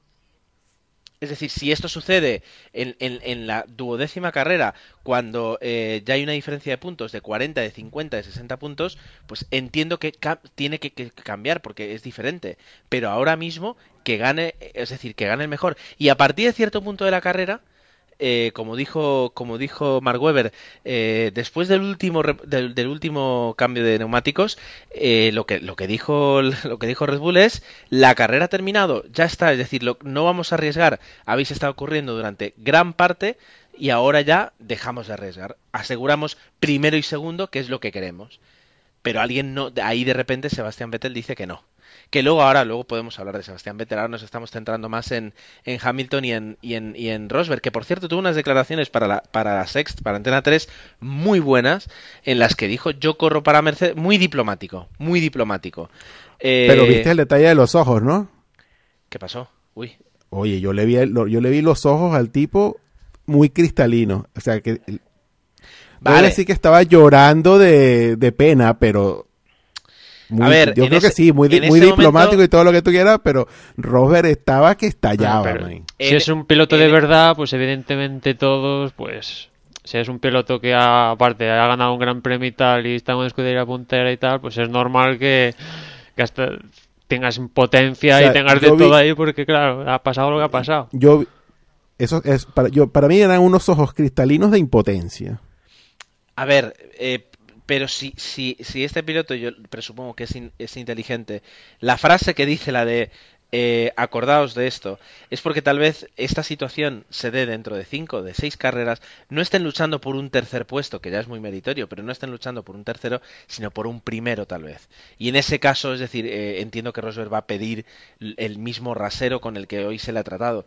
es decir, si esto sucede en, en- en la duodécima carrera, cuando eh, ya hay una diferencia de puntos de cuarenta, de cincuenta, de sesenta puntos, pues entiendo que ca- tiene que, que cambiar porque es diferente. Pero ahora mismo que gane, es decir, que gane el mejor. Y a partir de cierto punto de la carrera, eh, como dijo, como dijo Mark Webber, eh, después del último re- del, del último cambio de neumáticos, eh, lo que lo que dijo lo que dijo Red Bull es: la carrera ha terminado, ya está, es decir, lo- no vamos a arriesgar, habéis estado ocurriendo durante gran parte y ahora ya dejamos de arriesgar, aseguramos primero y segundo, que es lo que queremos. Pero alguien no, ahí de repente Sebastián Vettel dice que no. Que luego ahora, luego podemos hablar de Sebastián Vettel, ahora nos estamos centrando más en, en Hamilton y en, y, en, y en Rosberg, que por cierto tuvo unas declaraciones para la, para la Sext, para Antena tres, muy buenas, en las que dijo: yo corro para Mercedes, muy diplomático, muy diplomático. Eh, Pero viste el detalle de los ojos, ¿no? ¿Qué pasó? Uy. Oye, yo le vi, el- yo le vi los ojos al tipo muy cristalinos. O sea, que no voy a Vale. decir que estaba llorando de, de pena, pero... muy- A ver, yo en creo ese- que sí, muy, di- en muy ese diplomático momento- y todo lo que tú quieras, pero Rosberg estaba que estallaba, Bueno, pero man. si En- es un piloto de en- verdad, pues evidentemente todos, pues si es un piloto que ha, aparte ha ganado un gran premio y tal y está en una escudería puntera y tal, pues es normal que, que hasta tengas potencia O sea, y tengas de yo vi- todo ahí porque claro, ha pasado lo que ha pasado. Yo, eso es, para, yo, para mí eran unos ojos cristalinos de impotencia. A ver, eh, pero si, si, si este piloto, yo presupongo que es, in- es inteligente, la frase que dice, la de eh, acordaos de esto, es porque tal vez esta situación se dé dentro de cinco, de seis carreras, no estén luchando por un tercer puesto, que ya es muy meritorio, pero no estén luchando por un tercero, sino por un primero tal vez. Y en ese caso, es decir, eh, entiendo que Rosberg va a pedir l- el mismo rasero con el que hoy se le ha tratado.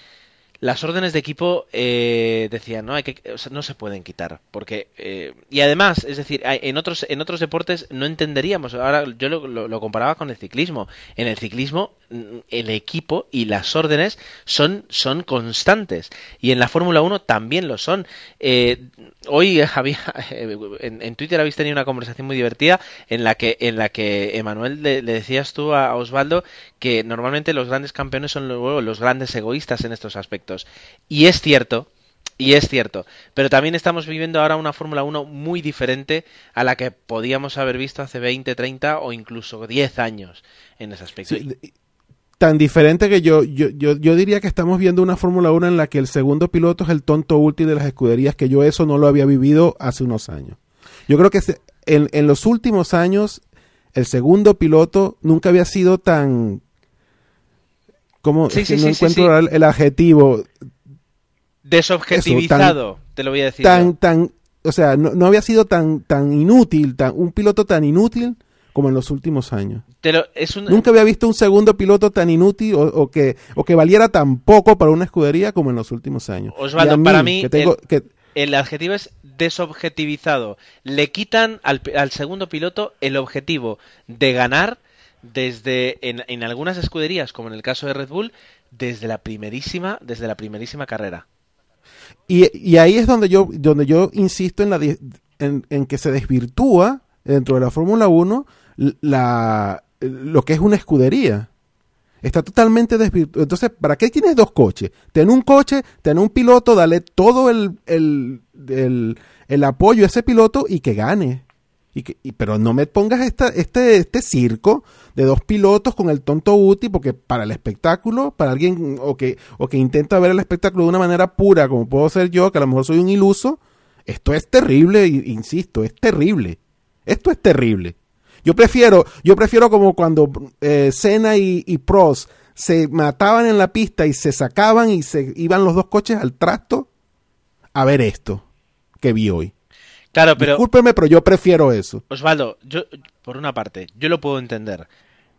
Las órdenes de equipo eh, decían no hay que, o sea, no se pueden quitar porque eh, y además, es decir, hay- en otros en otros deportes no entenderíamos. Ahora yo lo, lo- lo comparaba con el ciclismo. En el ciclismo mm, el equipo y las órdenes son son constantes, y en la Fórmula uno también lo son. Eh, hoy había en, en Twitter habéis tenido una conversación muy divertida en la que en la que Emanuel le, le decías tú a Osvaldo que normalmente los grandes campeones son luego los grandes egoístas en estos aspectos. Y es cierto, y es cierto, pero también estamos viviendo ahora una Fórmula uno muy diferente a la que podíamos haber visto hace veinte, treinta o incluso diez años en ese aspecto. Sí, de- tan diferente que yo, yo, yo, yo diría que estamos viendo una Fórmula uno en la que el segundo piloto es el tonto útil de las escuderías, que yo eso no lo había vivido hace unos años. Yo creo que se- en, en los últimos años el segundo piloto nunca había sido tan... ¿Cómo? Sí, Es que sí, no sí, sí, encuentro sí. el, el adjetivo. Desobjetivizado, te lo voy a decir. Tan, yo. tan, o sea, no, no había sido tan, tan inútil, tan, un piloto tan inútil como en los últimos años. Te lo- es un, Nunca había visto un segundo piloto tan inútil o, o que, o que valiera tan poco para una escudería como en los últimos años. Osvaldo, Y a para mí, que tengo, el- que, El adjetivo es desobjetivizado. Le quitan al, al segundo piloto el objetivo de ganar desde en, en algunas escuderías, como en el caso de Red Bull, desde la primerísima, desde la primerísima carrera. y, y ahí es donde yo, donde yo insisto en, la, di- en, en que se desvirtúa dentro de la Fórmula uno la, lo que es una escudería. Está totalmente desvirtuado. Entonces, ¿para qué tienes dos coches? Ten un coche, ten un piloto, dale todo el, el, el, el apoyo a ese piloto y que gane. Y que, y, pero no me pongas esta, este, este circo de dos pilotos con el tonto útil, porque para el espectáculo, para alguien o que, o que intenta ver el espectáculo de una manera pura, como puedo ser yo, que a lo mejor soy un iluso, esto es terrible, y- insisto, es terrible. Esto es terrible. Yo prefiero, yo prefiero como cuando eh, Senna y, y Prost se mataban en la pista y se sacaban y se iban los dos coches al trasto, a ver esto que vi hoy. Claro, pero Discúlpeme, pero yo prefiero eso. Osvaldo, yo por una parte, yo lo puedo entender,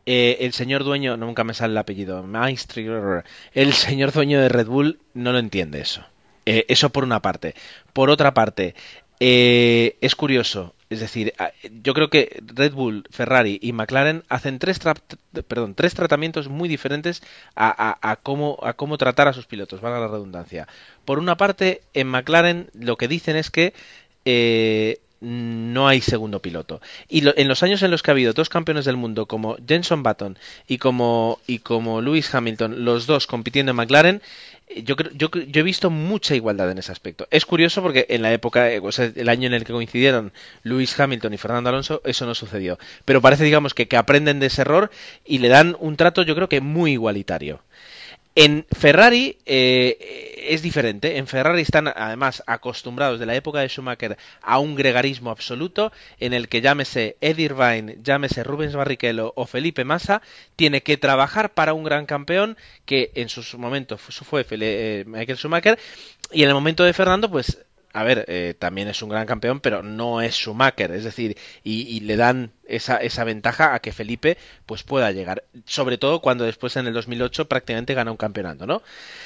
eh, el señor dueño, nunca me sale el apellido, Maestro, el señor dueño de Red Bull no lo entiende eso. Eh, eso por una parte. Por otra parte, eh, es curioso. Es decir, yo creo que Red Bull, Ferrari y McLaren hacen tres, tra perdón, tres tratamientos muy diferentes a, a, a, cómo, a cómo tratar a sus pilotos, valga la redundancia. Por una parte, en McLaren lo que dicen es que eh, no hay segundo piloto. Y lo, en los años en los que ha habido dos campeones del mundo como Jenson Button y como, y como Lewis Hamilton, los dos compitiendo en McLaren, Yo, creo, yo, yo he visto mucha igualdad en ese aspecto. Es curioso porque en la época, o sea, el año en el que coincidieron Lewis Hamilton y Fernando Alonso, eso no sucedió. Pero parece, digamos, que, que aprenden de ese error y le dan un trato, yo creo que muy igualitario. En Ferrari eh, es diferente. En Ferrari están además acostumbrados de la época de Schumacher a un gregarismo absoluto en el que llámese Eddie Irvine, llámese Rubens Barrichello o Felipe Massa, tiene que trabajar para un gran campeón que en sus momentos fue eh, Michael Schumacher, y en el momento de Fernando pues a ver, eh, también es un gran campeón, pero no es Schumacher, es decir, y, y le dan esa, esa ventaja a que Felipe pues pueda llegar, sobre todo cuando después en el dos mil ocho prácticamente gana un campeonato, ¿no?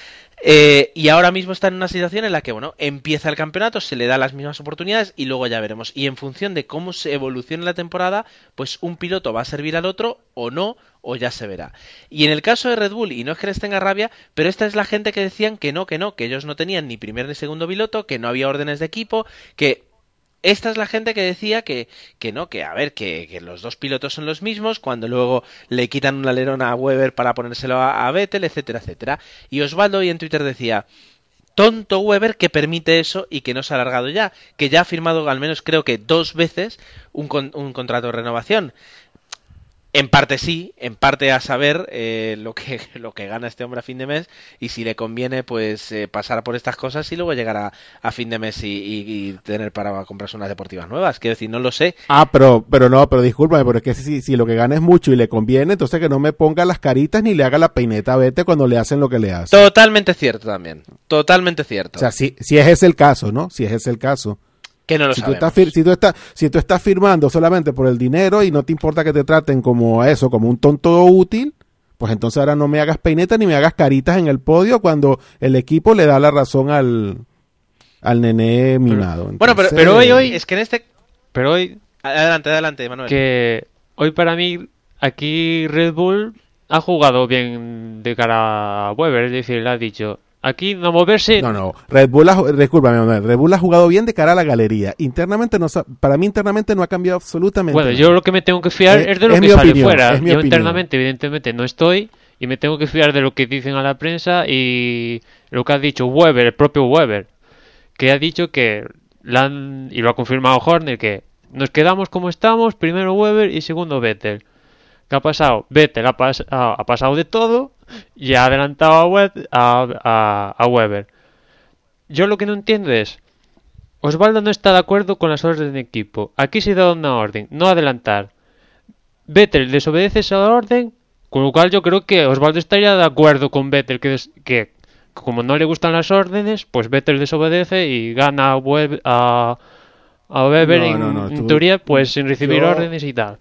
Eh, y ahora mismo está en una situación en la que, bueno, empieza el campeonato, se le da las mismas oportunidades y luego ya veremos. Y en función de cómo se evolucione la temporada, pues un piloto va a servir al otro o no, o ya se verá. Y en el caso de Red Bull, y no es que les tenga rabia, pero esta es la gente que decían que no, que no, que ellos no tenían ni primer ni segundo piloto, que no había órdenes de equipo, que... Esta es la gente que decía que, que no, que a ver, que, que los dos pilotos son los mismos, cuando luego le quitan un alerón a Webber para ponérselo a, a Vettel, etcétera, etcétera. Y Osvaldo hoy en Twitter decía, tonto Webber que permite eso y que no se ha alargado ya, que ya ha firmado al menos creo que dos veces un, con, un contrato de renovación. En parte sí, en parte a saber eh, lo que lo que gana este hombre a fin de mes y si le conviene pues eh, pasar por estas cosas y luego llegar a, a fin de mes y, y, y tener para comprarse unas deportivas nuevas. Quiero decir, no lo sé. Ah, pero pero no, pero discúlpame, pero es que si, si lo que gana es mucho y le conviene, entonces que no me ponga las caritas ni le haga la peineta a Vete cuando le hacen lo que le hacen. Totalmente cierto también, totalmente cierto. O sea, si, si es ese el caso, ¿no? Si es ese el caso. Que no lo si sabemos. Tú estás, si, tú estás, si tú estás firmando solamente por el dinero y no te importa que te traten como eso, como un tonto útil, pues entonces ahora no me hagas peineta ni me hagas caritas en el podio cuando el equipo le da la razón al, al nené mimado. Entonces, bueno, pero, pero hoy, hoy, es que en este... Pero hoy... Adelante, adelante, Manuel. Que hoy para mí, aquí Red Bull ha jugado bien de cara a Webber, es decir, le ha dicho... Aquí no moverse. No, no. Red Bull, ha, discúlpame, Red Bull ha jugado bien de cara a la galería. Internamente, no, para mí internamente no ha cambiado absolutamente Bueno, nada. Yo lo que me tengo que fiar es, es de lo es que sale opinión, fuera. Yo opinión. internamente, evidentemente, no estoy y me tengo que fiar de lo que dicen a la prensa y lo que ha dicho Webber, el propio Webber, que ha dicho que, la han, y lo ha confirmado Horner, que nos quedamos como estamos, primero Webber y segundo Vettel. ¿Qué ha pasado? Vettel ha, pas ha, ha pasado de todo y ha adelantado a, Web a, a, a Webber. Yo lo que no entiendo es, Osvaldo no está de acuerdo con las órdenes de equipo. Aquí se da una orden, no adelantar. Vettel desobedece esa orden, con lo cual yo creo que Osvaldo estaría de acuerdo con Vettel, que, que como no le gustan las órdenes, pues Vettel desobedece y gana a, Web, a, a Webber no, en, no, no, en tú, teoría pues sin recibir yo... órdenes y tal.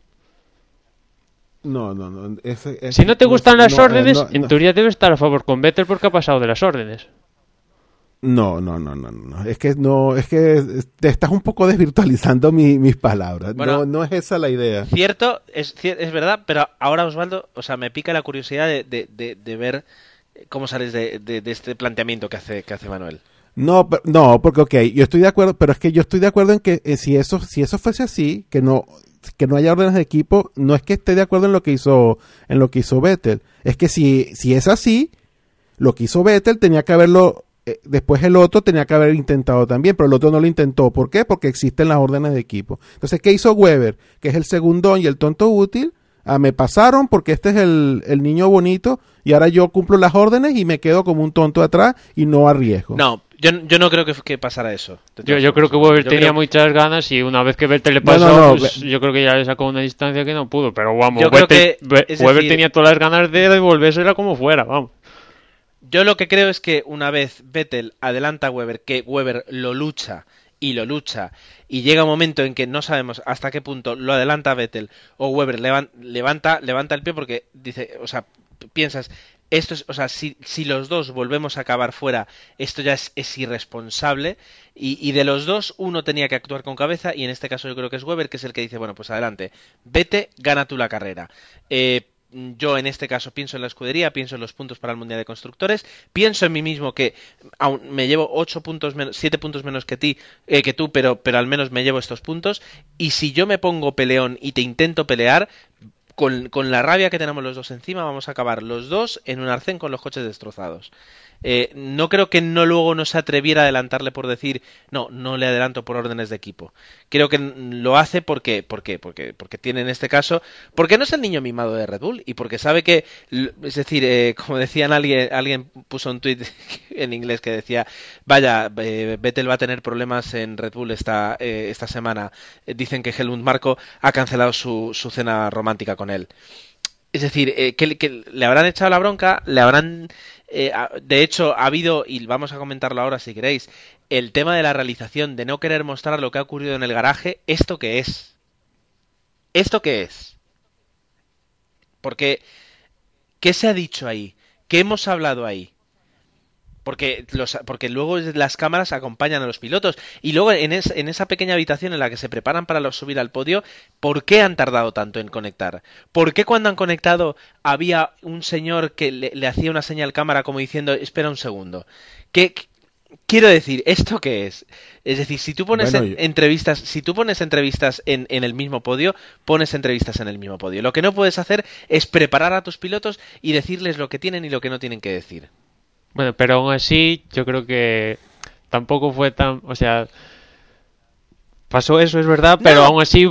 No, no, no. Ese, ese, si no te gustan no, las no, órdenes, no, no, en teoría debes estar a favor con Vettel porque ha pasado de las órdenes. No, no, no, no, no. Es que no, es que te estás un poco desvirtualizando mi, mis palabras. Bueno, no, no es esa la idea. Cierto, es, es verdad, pero ahora Osvaldo, o sea, me pica la curiosidad de, de, de, de ver cómo sales de, de, de este planteamiento que hace, que hace Manuel. No, no, porque ok, yo estoy de acuerdo, pero es que yo estoy de acuerdo en que eh, si eso, si eso fuese así, que no, que no haya órdenes de equipo, no es que esté de acuerdo en lo que hizo, en lo que hizo Vettel. Es que si, si es así, lo que hizo Vettel tenía que haberlo, eh, después el otro tenía que haber intentado también, pero el otro no lo intentó. ¿Por qué? Porque existen las órdenes de equipo. Entonces, ¿qué hizo Webber? Que es el segundón y el tonto útil. Ah, me pasaron porque este es el, el niño bonito y ahora yo cumplo las órdenes y me quedo como un tonto atrás y no arriesgo. No, yo, yo no creo que, que pasara eso. Yo, yo creo que Webber yo tenía creo... muchas ganas y una vez que Vettel le pasó, no, no, no, pues, yo creo que ya le sacó una distancia que no pudo. Pero vamos, yo Vettel, creo que, es Webber decir, tenía todas las ganas de devolvérsela como fuera, vamos. Yo lo que creo es que una vez Vettel adelanta a Webber, que Webber lo lucha y lo lucha, y llega un momento en que no sabemos hasta qué punto lo adelanta Vettel o Webber levan, levanta, levanta el pie porque dice, o sea, piensas, esto es, o sea, si, si los dos volvemos a acabar fuera, esto ya es, es irresponsable, y, y de los dos, uno tenía que actuar con cabeza, y en este caso yo creo que es Webber, que es el que dice, bueno, pues adelante, vete, gana tú la carrera. Eh, Yo en este caso pienso en la escudería, pienso en los puntos para el Mundial de Constructores, pienso en mí mismo que aún me llevo ocho puntos menos, siete puntos menos que ti, eh, que tú, pero, pero al menos me llevo estos puntos, y si yo me pongo peleón y te intento pelear, con, con la rabia que tenemos los dos encima, vamos a acabar los dos en un arcén con los coches destrozados. Eh, no creo que no luego no se atreviera a adelantarle por decir, no, no le adelanto por órdenes de equipo. Creo que lo hace porque, ¿por qué? Porque, porque tiene en este caso, porque no es el niño mimado de Red Bull y porque sabe que, es decir, eh, como decían alguien, alguien puso un tuit en inglés que decía, vaya, eh, Vettel va a tener problemas en Red Bull esta, eh, esta semana. Eh, dicen que Helmut Marko ha cancelado su, su cena romántica con él. Es decir, eh, que, que le habrán echado la bronca, le habrán... Eh, de hecho, ha habido, y vamos a comentarlo ahora si queréis, el tema de la realización, de no querer mostrar lo que ha ocurrido en el garaje. ¿Esto qué es? ¿Esto qué es? Porque, ¿qué se ha dicho ahí? ¿Qué hemos hablado ahí? Porque, los, porque luego las cámaras acompañan a los pilotos. Y luego en, es, en esa pequeña habitación en la que se preparan para los subir al podio, ¿por qué han tardado tanto en conectar? ¿Por qué cuando han conectado había un señor que le, le hacía una señal cámara como diciendo, espera un segundo? ¿Qué, qué quiero decir? ¿Esto qué es? Es decir, si tú pones bueno, en, yo... entrevistas, si tú pones entrevistas en, en el mismo podio, pones entrevistas en el mismo podio. Lo que no puedes hacer es preparar a tus pilotos y decirles lo que tienen y lo que no tienen que decir. Bueno, pero aún así yo creo que tampoco fue tan... O sea, pasó eso, es verdad, pero no. Aún así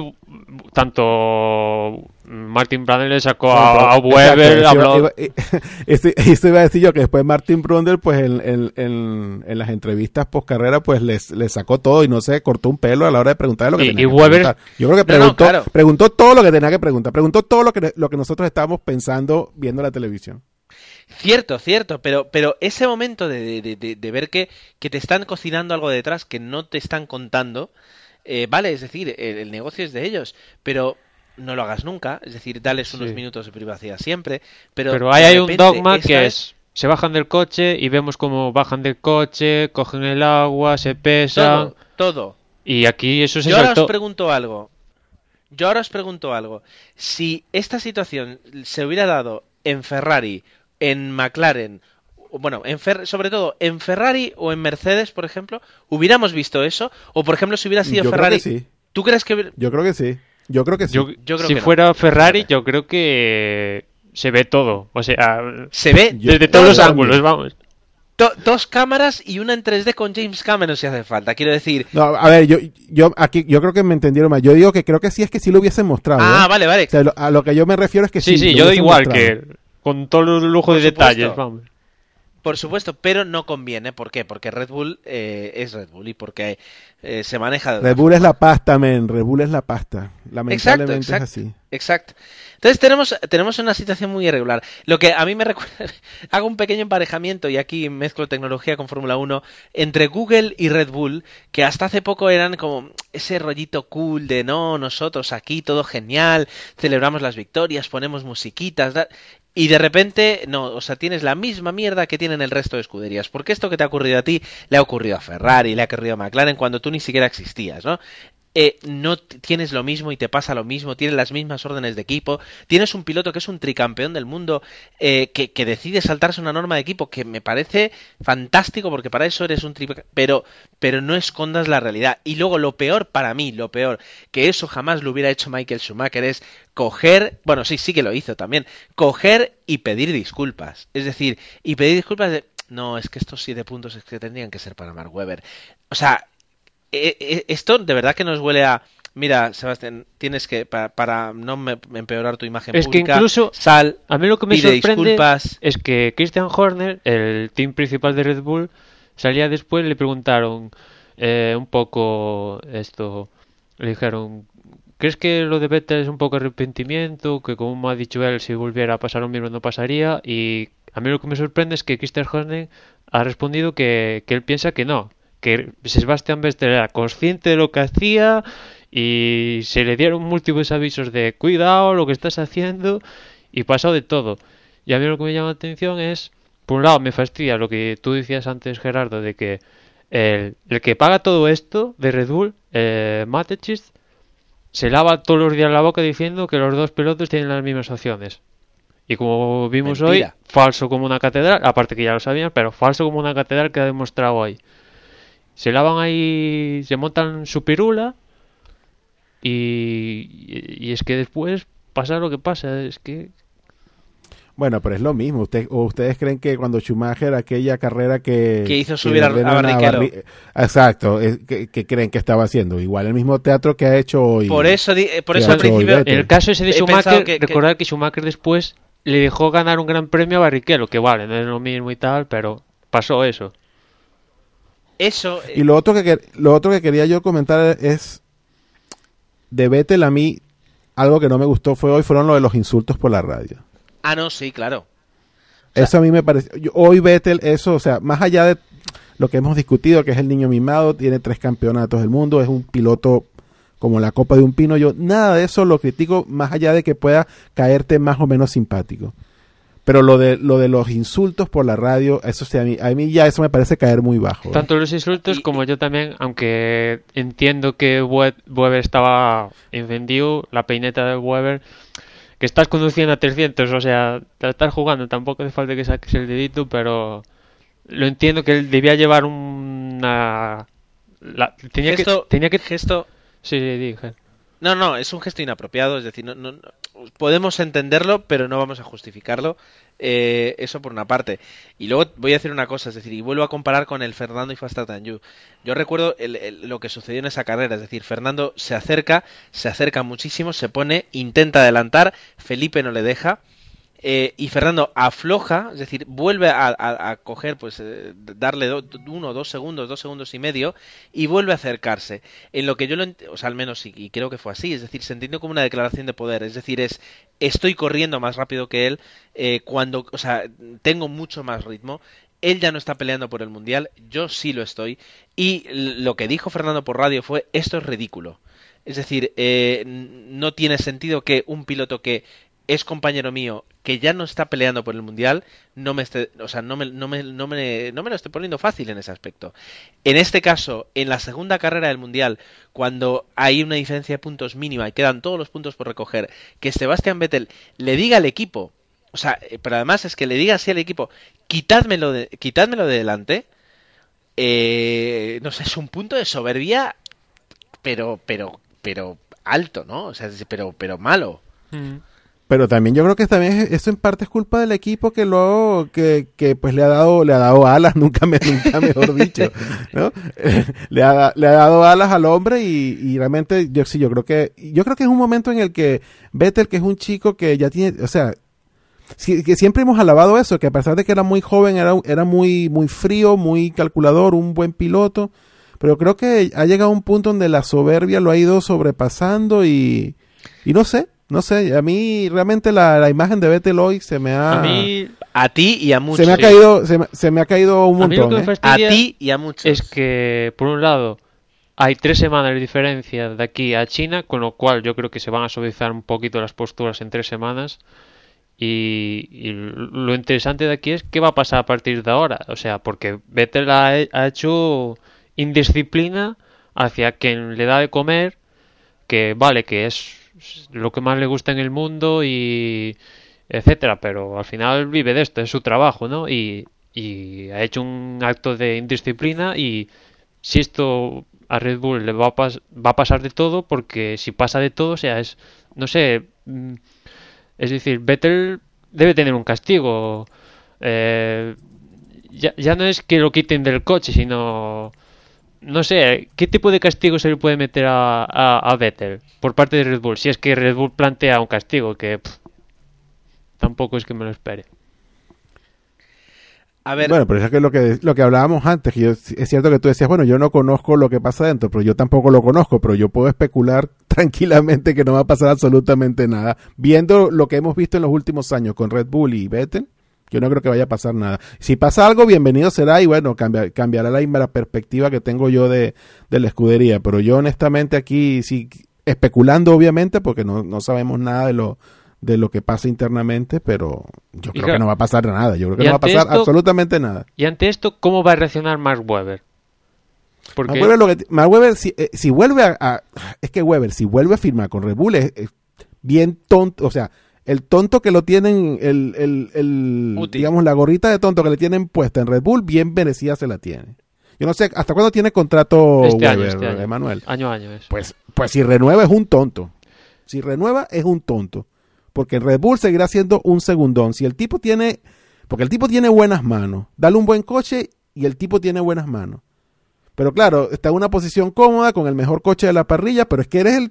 tanto Martin Brundle le sacó no, a, a Webber, exacto, habló... Iba, iba, esto, esto iba a decir yo, que después Martin Brundle, pues en, en, en, en las entrevistas post carrera, pues les, les sacó todo y no se cortó un pelo a la hora de preguntarle lo que y, tenía y que Webber... preguntar. Yo creo que preguntó, no, no, claro. preguntó todo lo que tenía que preguntar, preguntó todo lo que, lo que nosotros estábamos pensando viendo la televisión. Cierto, cierto, pero, pero ese momento de, de, de, de ver que, que te están cocinando algo detrás que no te están contando, eh, vale, es decir, el, el negocio es de ellos, pero no lo hagas nunca, es decir, dales unos sí. minutos de privacidad siempre, pero... Pero ahí hay un dogma que es, se bajan del coche y vemos cómo bajan del coche, cogen el agua, se pesan... Todo, todo. Y aquí eso se Yo saltó. Ahora os pregunto algo, yo ahora os pregunto algo, si esta situación se hubiera dado en Ferrari... en McLaren, bueno, en Fer- sobre todo en Ferrari o en Mercedes, por ejemplo, ¿hubiéramos visto eso? O, por ejemplo, si hubiera sido yo Ferrari... Creo que sí. ¿Tú crees que...? Yo creo que sí. Yo creo que sí. Yo, yo creo si que fuera no. Ferrari, yo creo que se ve todo. O sea, se ve desde todos los ángulos, vamos. Do- dos cámaras y una en tres D con James Cameron si hace falta, quiero decir... No, a ver, yo yo aquí yo creo que me entendieron mal. Yo digo que creo que sí es que sí lo hubiesen mostrado. Ah, ¿eh? vale, vale. O sea, lo, a lo que yo me refiero es que sí. Sí, sí, yo doy igual mostrado. Que... Con todo el lujo Por de supuesto. detalles, vamos. Por supuesto, pero no conviene. ¿Por qué? Porque Red Bull eh, es Red Bull y porque eh, se maneja... Red Bull es la pasta, men. Red Bull es la pasta. Lamentablemente exacto, exacto, es así. Exacto. Entonces tenemos, tenemos una situación muy irregular. Lo que a mí me recuerda... Hago un pequeño emparejamiento, y aquí mezclo tecnología con Fórmula uno, entre Google y Red Bull, que hasta hace poco eran como ese rollito cool de no, nosotros aquí, todo genial, celebramos las victorias, ponemos musiquitas... Da... Y de repente, no, o sea, tienes la misma mierda que tienen el resto de escuderías. Porque esto que te ha ocurrido a ti, le ha ocurrido a Ferrari, le ha ocurrido a McLaren cuando tú ni siquiera existías, ¿no? Eh, no t- tienes lo mismo y te pasa lo mismo, tienes las mismas órdenes de equipo, tienes un piloto que es un tricampeón del mundo eh, que, que decide saltarse una norma de equipo que me parece fantástico porque para eso eres un tricampeón, pero, pero no escondas la realidad. Y luego lo peor para mí, lo peor, que eso jamás lo hubiera hecho Michael Schumacher es coger, bueno sí, sí que lo hizo también, coger y pedir disculpas, es decir, y pedir disculpas de, no, es que estos siete puntos es que tendrían que ser para Mark Webber, o sea, esto de verdad que nos huele a... Mira, Sebastián, tienes que, para, para no me, empeorar tu imagen es pública, que incluso, sal, a mí lo que me pide sorprende disculpas. Es que Christian Horner, el team principal de Red Bull, salía después y le preguntaron eh, un poco esto, le dijeron, ¿crees que lo de Vettel es un poco arrepentimiento? Que como me ha dicho él, si volviera a pasar lo mismo no pasaría. Y a mí lo que me sorprende es que Christian Horner ha respondido que, que él piensa que no, que Sebastian Vettel era consciente de lo que hacía y se le dieron múltiples avisos de cuidado lo que estás haciendo y pasó de todo. Y a mí lo que me llama la atención es, por un lado me fastidia lo que tú decías antes, Gerardo, de que el, el que paga todo esto de Red Bull, eh, Mateschitz, se lava todos los días la boca diciendo que los dos pilotos tienen las mismas opciones. Y como vimos Mentira. hoy, falso como una catedral, aparte que ya lo sabían, pero falso como una catedral que ha demostrado hoy. Se lavan ahí, se montan su pirula y, y, y es que después pasa lo que pasa, es que... Bueno, pero es lo mismo. Usted, ¿o ustedes creen que cuando Schumacher, aquella carrera que... Que hizo subir a, a Barrichello. Barri... Exacto, es, que, que creen que estaba haciendo. Igual el mismo teatro que ha hecho hoy. Por eso, por eso ha al hecho hoy principio... Vettel. En el caso ese de He Schumacher, pensado que- que- recordar que Schumacher después le dejó ganar un gran premio a Barrichello, que vale, no es lo mismo y tal, pero pasó eso. Eso... eh, Y lo otro que quer- lo otro que quería yo comentar es de Vettel. A mí algo que no me gustó fue hoy fueron lo de los insultos por la radio. Ah, no, sí, claro. sea, Eso a mí me parece. yo- Hoy Vettel, eso, o sea, más allá de lo que hemos discutido, que es el niño mimado, tiene tres campeonatos del mundo, es un piloto como la copa de un pino. Yo nada de eso lo critico, más allá de que pueda caerte más o menos simpático. Pero lo de lo de los insultos por la radio, eso sí, a mí, a mí ya eso me parece caer muy bajo. ¿eh? Tanto los insultos Y- como yo también, aunque entiendo que We- Weber estaba encendido, la peineta de Weber, que estás conduciendo a trescientos, o sea, te la estás jugando, tampoco hace falta que saques el dedito, pero lo entiendo que él debía llevar una... la- tenía, gesto, que, tenía que... gesto... Sí, sí, dije. No, no, es un gesto inapropiado, es decir, no, no, no- podemos entenderlo, pero no vamos a justificarlo. Eh, eso por una parte. Y luego voy a decir una cosa, es decir, y vuelvo a comparar con el Fernando y Faster Than You. Yo recuerdo el- el- lo que sucedió en esa carrera, es decir, Fernando se acerca, se acerca muchísimo, se pone, intenta adelantar, Felipe no le deja. Eh, y Fernando afloja, es decir, vuelve a, a- a coger, pues, eh, darle do- uno, dos segundos, dos segundos y medio, y vuelve a acercarse. En lo que yo lo, ent- o sea, al menos, y, y creo que fue así, es decir, se entiende como una declaración de poder, es decir, es, estoy corriendo más rápido que él, eh, cuando, o sea, tengo mucho más ritmo. Él ya no está peleando por el mundial, yo sí lo estoy, y l- lo que dijo Fernando por radio fue, esto es ridículo. Es decir, eh, n- no tiene sentido que un piloto que es compañero mío, que ya no está peleando por el mundial, no me esté, o sea, no me, no me, no me, no me lo esté poniendo fácil en ese aspecto. En este caso, en la segunda carrera del mundial, cuando hay una diferencia de puntos mínima y quedan todos los puntos por recoger, que Sebastian Vettel le diga al equipo, o sea, eh, pero además es que le diga así al equipo, quitádmelo de, quitádmelo de delante, eh, no sé, es un punto de soberbia, pero, pero, pero alto, ¿no? O sea, es- pero, pero malo. Mm. Pero también yo creo que también es- eso en parte es culpa del equipo que luego que, que pues le ha dado le ha dado alas, nunca me nunca mejor dicho, ¿no? Eh, le ha le ha dado alas al hombre y, y realmente yo sí yo creo que yo creo que es un momento en el que Vettel, que es un chico que ya tiene, o sea, sí, que siempre hemos alabado eso, que a pesar de que era muy joven, era era muy muy frío, muy calculador, un buen piloto, pero creo que ha llegado a un punto donde la soberbia lo ha ido sobrepasando y y no sé. No sé, a mí realmente la, la imagen de Vettel hoy se me ha... A mí, A ti y a muchos. se me ha caído, se me, se me ha caído un a mí lo que montón, me ¿eh? A fastidia ti y a muchos. es que, por un lado, hay tres semanas de diferencia de aquí a China, con lo cual yo creo que se van a suavizar un poquito las posturas en tres semanas. Y, y lo interesante de aquí es qué va a pasar a partir de ahora. O sea, porque Vettel ha, he- ha hecho indisciplina hacia quien le da de comer, que vale, que es lo que más le gusta en el mundo y etcétera, pero al final vive de esto, es su trabajo, ¿no? Y, y ha hecho un acto de indisciplina y si esto a Red Bull le va a, pas- va a pasar de todo, porque si pasa de todo, o sea, es, no sé, mm, es decir, Vettel debe tener un castigo. Eh, ya, ya no es que lo quiten del coche, sino... No sé, ¿qué tipo de castigo se le puede meter a, a, a Vettel por parte de Red Bull? Si es que Red Bull plantea un castigo, que pff, tampoco es que me lo espere. A ver, Bueno, pero eso es que lo que lo que hablábamos antes, que yo- es cierto que tú decías, bueno, yo no conozco lo que pasa dentro, pero yo tampoco lo conozco, pero yo puedo especular tranquilamente que no va a pasar absolutamente nada. Viendo lo que hemos visto en los últimos años con Red Bull y Vettel, Yo no creo que vaya a pasar nada. Si pasa algo, bienvenido será y bueno, cambia, cambiará la, la perspectiva que tengo yo de, de la escudería. Pero yo honestamente aquí, sí, especulando obviamente, porque no, no sabemos nada de lo de lo que pasa internamente, pero yo creo claro, que no va a pasar nada. Yo creo que y no va a pasar esto, absolutamente nada. Y ante esto, ¿cómo va a reaccionar Mark Webber? Porque... Mark Webber, lo que, Mark Webber si, eh, si vuelve a, a... Es que Webber, si vuelve a firmar con Red Bull, es, es bien tonto, o sea... El tonto que lo tienen, el, el, el digamos, la gorrita de tonto que le tienen puesta en Red Bull, bien merecida se la tiene. Yo no sé, ¿hasta cuándo tiene contrato este Webber, año, este año. Emanuel? Año a año es. Pues, pues si renueva es un tonto. Si renueva es un tonto. Porque Red Bull seguirá siendo un segundón. Si el tipo tiene, porque el tipo tiene buenas manos. Dale un buen coche y el tipo tiene buenas manos. Pero claro, está en una posición cómoda con el mejor coche de la parrilla, pero es que eres el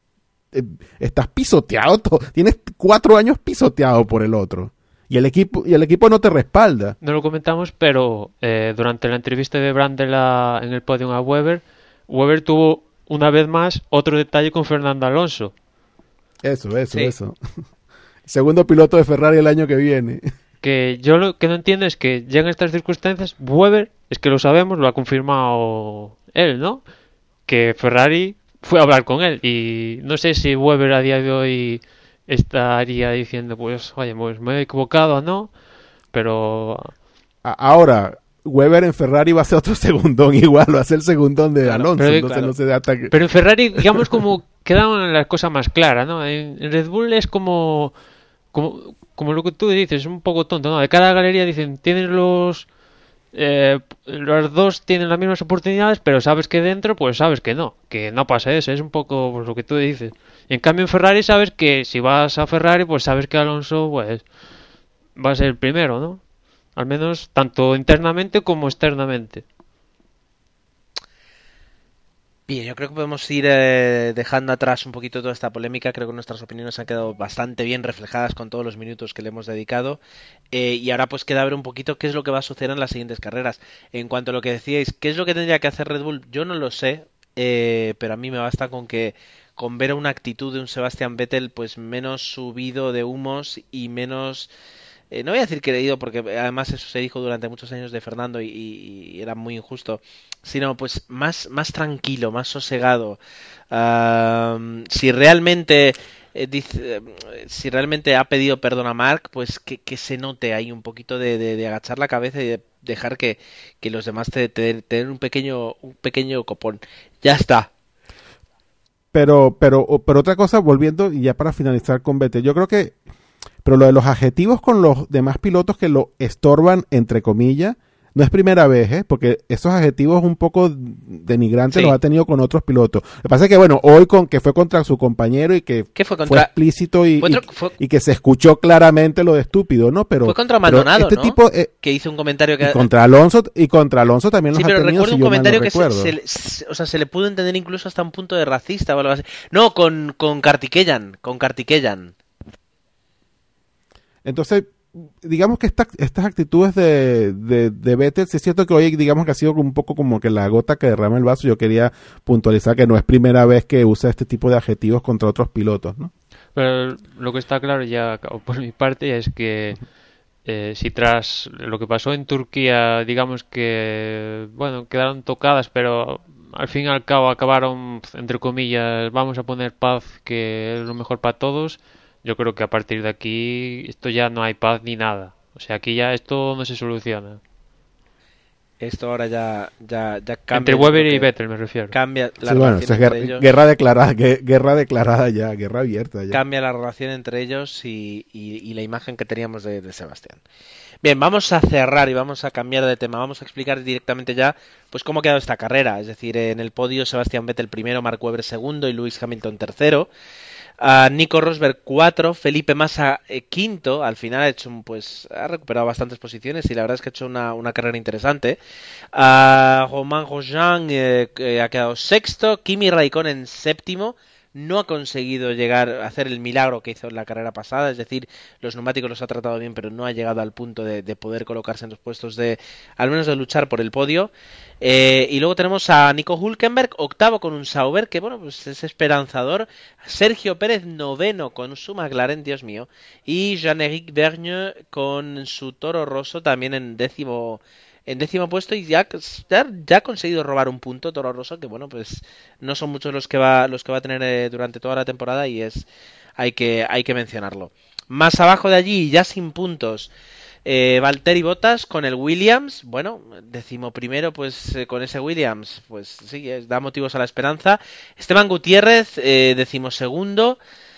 estás pisoteado, todo. Tienes cuatro años pisoteado por el otro y el equipo y el equipo no te respalda. No lo comentamos, pero eh, durante la entrevista de Brand la, en el podium a Webber, Webber tuvo una vez más otro detalle con Fernando Alonso. Eso, eso, sí. eso. Segundo piloto de Ferrari el año que viene. Que yo lo que no entiendo es que ya en estas circunstancias Webber, es que lo sabemos, lo ha confirmado él, ¿no? Que Ferrari fue a hablar con él y no sé si Webber a día de hoy estaría diciendo pues oye pues me he equivocado o no, pero ahora Webber en Ferrari va a ser otro segundón igual, va a ser el segundón de claro, Alonso, pero, entonces claro. no se da ataque. Pero en Ferrari digamos como quedaron las cosas más claras, ¿no? En, en Red Bull es como, como como lo que tú dices, es un poco tonto, ¿no? De cada galería dicen tienen los Eh, los dos tienen las mismas oportunidades, pero sabes que dentro, pues sabes que no, que no pasa eso, es un poco pues, lo que tú dices. Y en cambio en Ferrari sabes que si vas a Ferrari, pues sabes que Alonso pues va a ser el primero, ¿no? Al menos tanto internamente como externamente. Bien, yo creo que podemos ir eh, dejando atrás un poquito toda esta polémica. Creo que nuestras opiniones han quedado bastante bien reflejadas con todos los minutos que le hemos dedicado. Eh, y ahora pues queda ver un poquito qué es lo que va a suceder en las siguientes carreras. En cuanto a lo que decíais, ¿qué es lo que tendría que hacer Red Bull? Yo no lo sé, eh, pero a mí me basta con que con ver una actitud de un Sebastian Vettel pues menos subido de humos y menos... Eh, no voy a decir creído, porque además eso se dijo durante muchos años de Fernando y, y era muy injusto, sino pues más, más tranquilo, más sosegado. Uh, si realmente eh, dice, eh, si realmente ha pedido perdón a Mark, pues que, que se note ahí un poquito de, de, de agachar la cabeza y de dejar que, que los demás te, te, te den un pequeño, un pequeño copón. Ya está. Pero, pero, pero otra cosa, volviendo y ya para finalizar con Vettel, yo creo que pero lo de los adjetivos con los demás pilotos que lo estorban, entre comillas, no es primera vez, ¿eh? Porque esos adjetivos un poco denigrantes sí. los ha tenido con otros pilotos. Lo que pasa es que, bueno, hoy con que fue contra su compañero y que ¿Qué fue, contra... fue explícito y, fue otro... y, fue... y que se escuchó claramente lo de estúpido, ¿no? Pero fue contra Maldonado, este ¿no? tipo, eh, que hizo un comentario que... Y contra Alonso, y contra Alonso también sí, los ha tenido, recuerdo si un yo comentario mal no que recuerdo. se, se, o sea, se le pudo entender incluso hasta un punto de racista o algo así. No, con, con Kartikeyan, con Kartikeyan. Entonces, digamos que esta, estas actitudes de, de, de Vettel, sí es cierto que hoy digamos que ha sido un poco como que la gota que derrama el vaso. Yo quería puntualizar que no es primera vez que usa este tipo de adjetivos contra otros pilotos, ¿no? Pero lo que está claro ya por mi parte es que eh, si tras lo que pasó en Turquía, digamos que, bueno, quedaron tocadas, pero al fin y al cabo acabaron, entre comillas, vamos a poner paz, que es lo mejor para todos. Yo creo que a partir de aquí esto ya no hay paz ni nada. O sea, aquí ya esto no se soluciona. Esto ahora ya, ya, ya cambia. Entre Webber y Vettel me refiero. Cambia la sí, bueno, relación eso es entre guerra, ellos. Guerra declarada, guerra declarada ya, guerra abierta ya. Cambia la relación entre ellos y, y, y la imagen que teníamos de, de Sebastián. Bien, vamos a cerrar y vamos a cambiar de tema. Vamos a explicar directamente ya pues cómo ha quedado esta carrera. Es decir, en el podio Sebastián Vettel primero, Mark Webber segundo y Lewis Hamilton tercero. Uh, Nico Rosberg cuatro, Felipe Massa eh, quinto. Al final ha hecho un, pues ha recuperado bastantes posiciones y la verdad es que ha hecho una, una carrera interesante. Uh, Romain Grosjean eh, eh, ha quedado sexto, Kimi Raikkonen séptimo, no ha conseguido llegar a hacer el milagro que hizo en la carrera pasada, es decir, los neumáticos los ha tratado bien, pero no ha llegado al punto de, de poder colocarse en los puestos de, al menos de luchar por el podio. Eh, y luego tenemos a Nico Hülkenberg, octavo con un Sauber, que bueno, pues es esperanzador. Sergio Pérez, noveno con su McLaren, Dios mío. Y Jean-Éric Vergne con su Toro Rosso, también en décimo, en décimo puesto. Y ya, ya, ya ha conseguido robar un punto Toro Rosso, que bueno, pues no son muchos los que va, los que va a tener eh, durante toda la temporada, y es hay que, hay que mencionarlo. Más abajo de allí, ya sin puntos, Eh, Valtteri Bottas con el Williams. Bueno, decimoprimero, pues eh, con ese Williams, pues sí, eh, da motivos a la esperanza. Esteban Gutiérrez, eh, decimosegundo.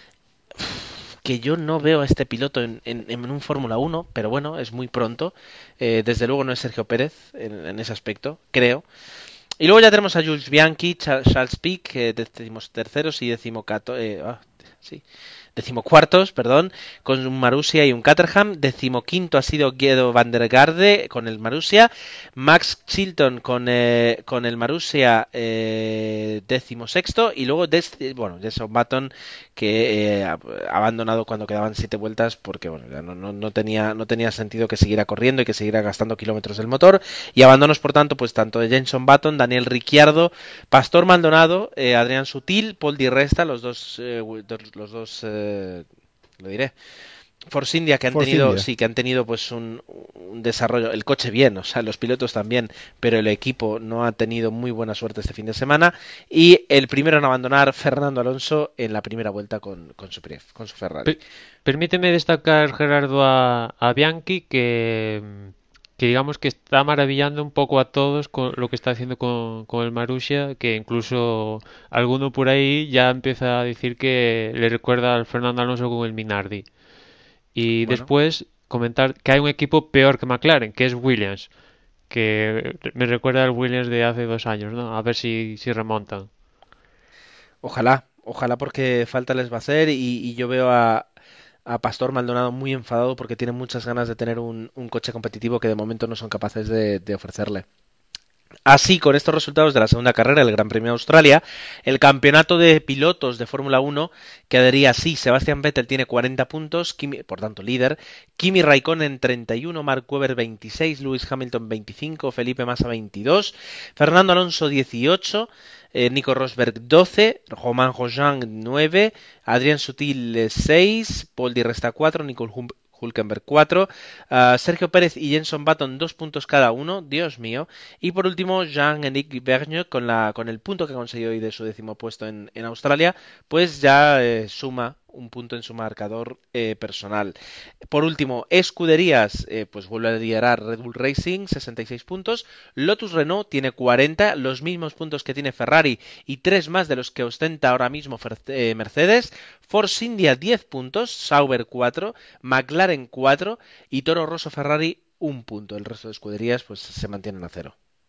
Uf, que yo no veo a este piloto en, en, en un Fórmula uno, pero bueno, es muy pronto. Eh, desde luego no es Sergio Pérez en, en ese aspecto, creo. Y luego ya tenemos a Jules Bianchi, Charles Pic, eh, decimos terceros y decimocato, eh, ah, sí, decimocuartos, perdón, con un Marussia y un Caterham. Decimoquinto ha sido Guido van der Garde con el Marussia. Max Chilton con, eh, con el Marussia, eh, decimosexto. Y luego, des, bueno, Jenson Button, que eh, ha abandonado cuando quedaban siete vueltas, porque bueno, ya no, no, no, tenía, no tenía sentido que siguiera corriendo y que siguiera gastando kilómetros del motor. Y abandonos, por tanto, pues tanto de Jenson Button, Daniel Ricciardo, Pastor Maldonado, eh, Adrián Sutil, Paul Di Resta, los dos, eh, los dos eh, lo diré, Force India, que han Force tenido, India. sí, que han tenido pues un, un desarrollo, el coche bien, o sea, los pilotos también, pero el equipo no ha tenido muy buena suerte este fin de semana. Y el primero en abandonar, Fernando Alonso, en la primera vuelta con, con su con su Ferrari. Per- Permíteme destacar, Gerardo, a, a Bianchi, que, que digamos que está maravillando un poco a todos con lo que está haciendo con, con el Marussia, que incluso alguno por ahí ya empieza a decir que le recuerda al Fernando Alonso con el Minardi. Y Bueno, después comentar que hay un equipo peor que McLaren, que es Williams, que me recuerda al Williams de hace dos años, ¿no? A ver si, si remontan. ojalá, ojalá, porque falta les va a hacer. Y, y yo veo a, a Pastor Maldonado muy enfadado porque tiene muchas ganas de tener un, un coche competitivo que de momento no son capaces de, de ofrecerle. Así, con estos resultados de la segunda carrera del Gran Premio de Australia, el campeonato de pilotos de Fórmula uno quedaría así: Sebastian Vettel tiene cuarenta puntos, Kimi, por tanto líder, Kimi Raikkonen treinta y uno, Mark Webber veintiséis, Lewis Hamilton veinticinco, Felipe Massa veintidós, Fernando Alonso dieciocho, eh, Nico Rosberg doce, Romain Grosjean nueve, Adrián Sutil seis, Paul Di Resta cuatro, Nico Hülkenberg cuatro, uh, Sergio Pérez y Jenson Button dos puntos cada uno, Dios mío. Y por último, Jean-Éric Vergne, con, la, con el punto que ha conseguido hoy de su décimo puesto en, en Australia, pues ya eh, suma un punto en su marcador eh, personal. Por último, escuderías, eh, pues vuelve a liderar Red Bull Racing, sesenta y seis puntos, Lotus Renault tiene cuarenta, los mismos puntos que tiene Ferrari y tres más de los que ostenta ahora mismo eh, Mercedes, Force India diez puntos, Sauber cuatro, McLaren cuatro y Toro Rosso Ferrari un punto. El resto de escuderías pues se mantienen a cero.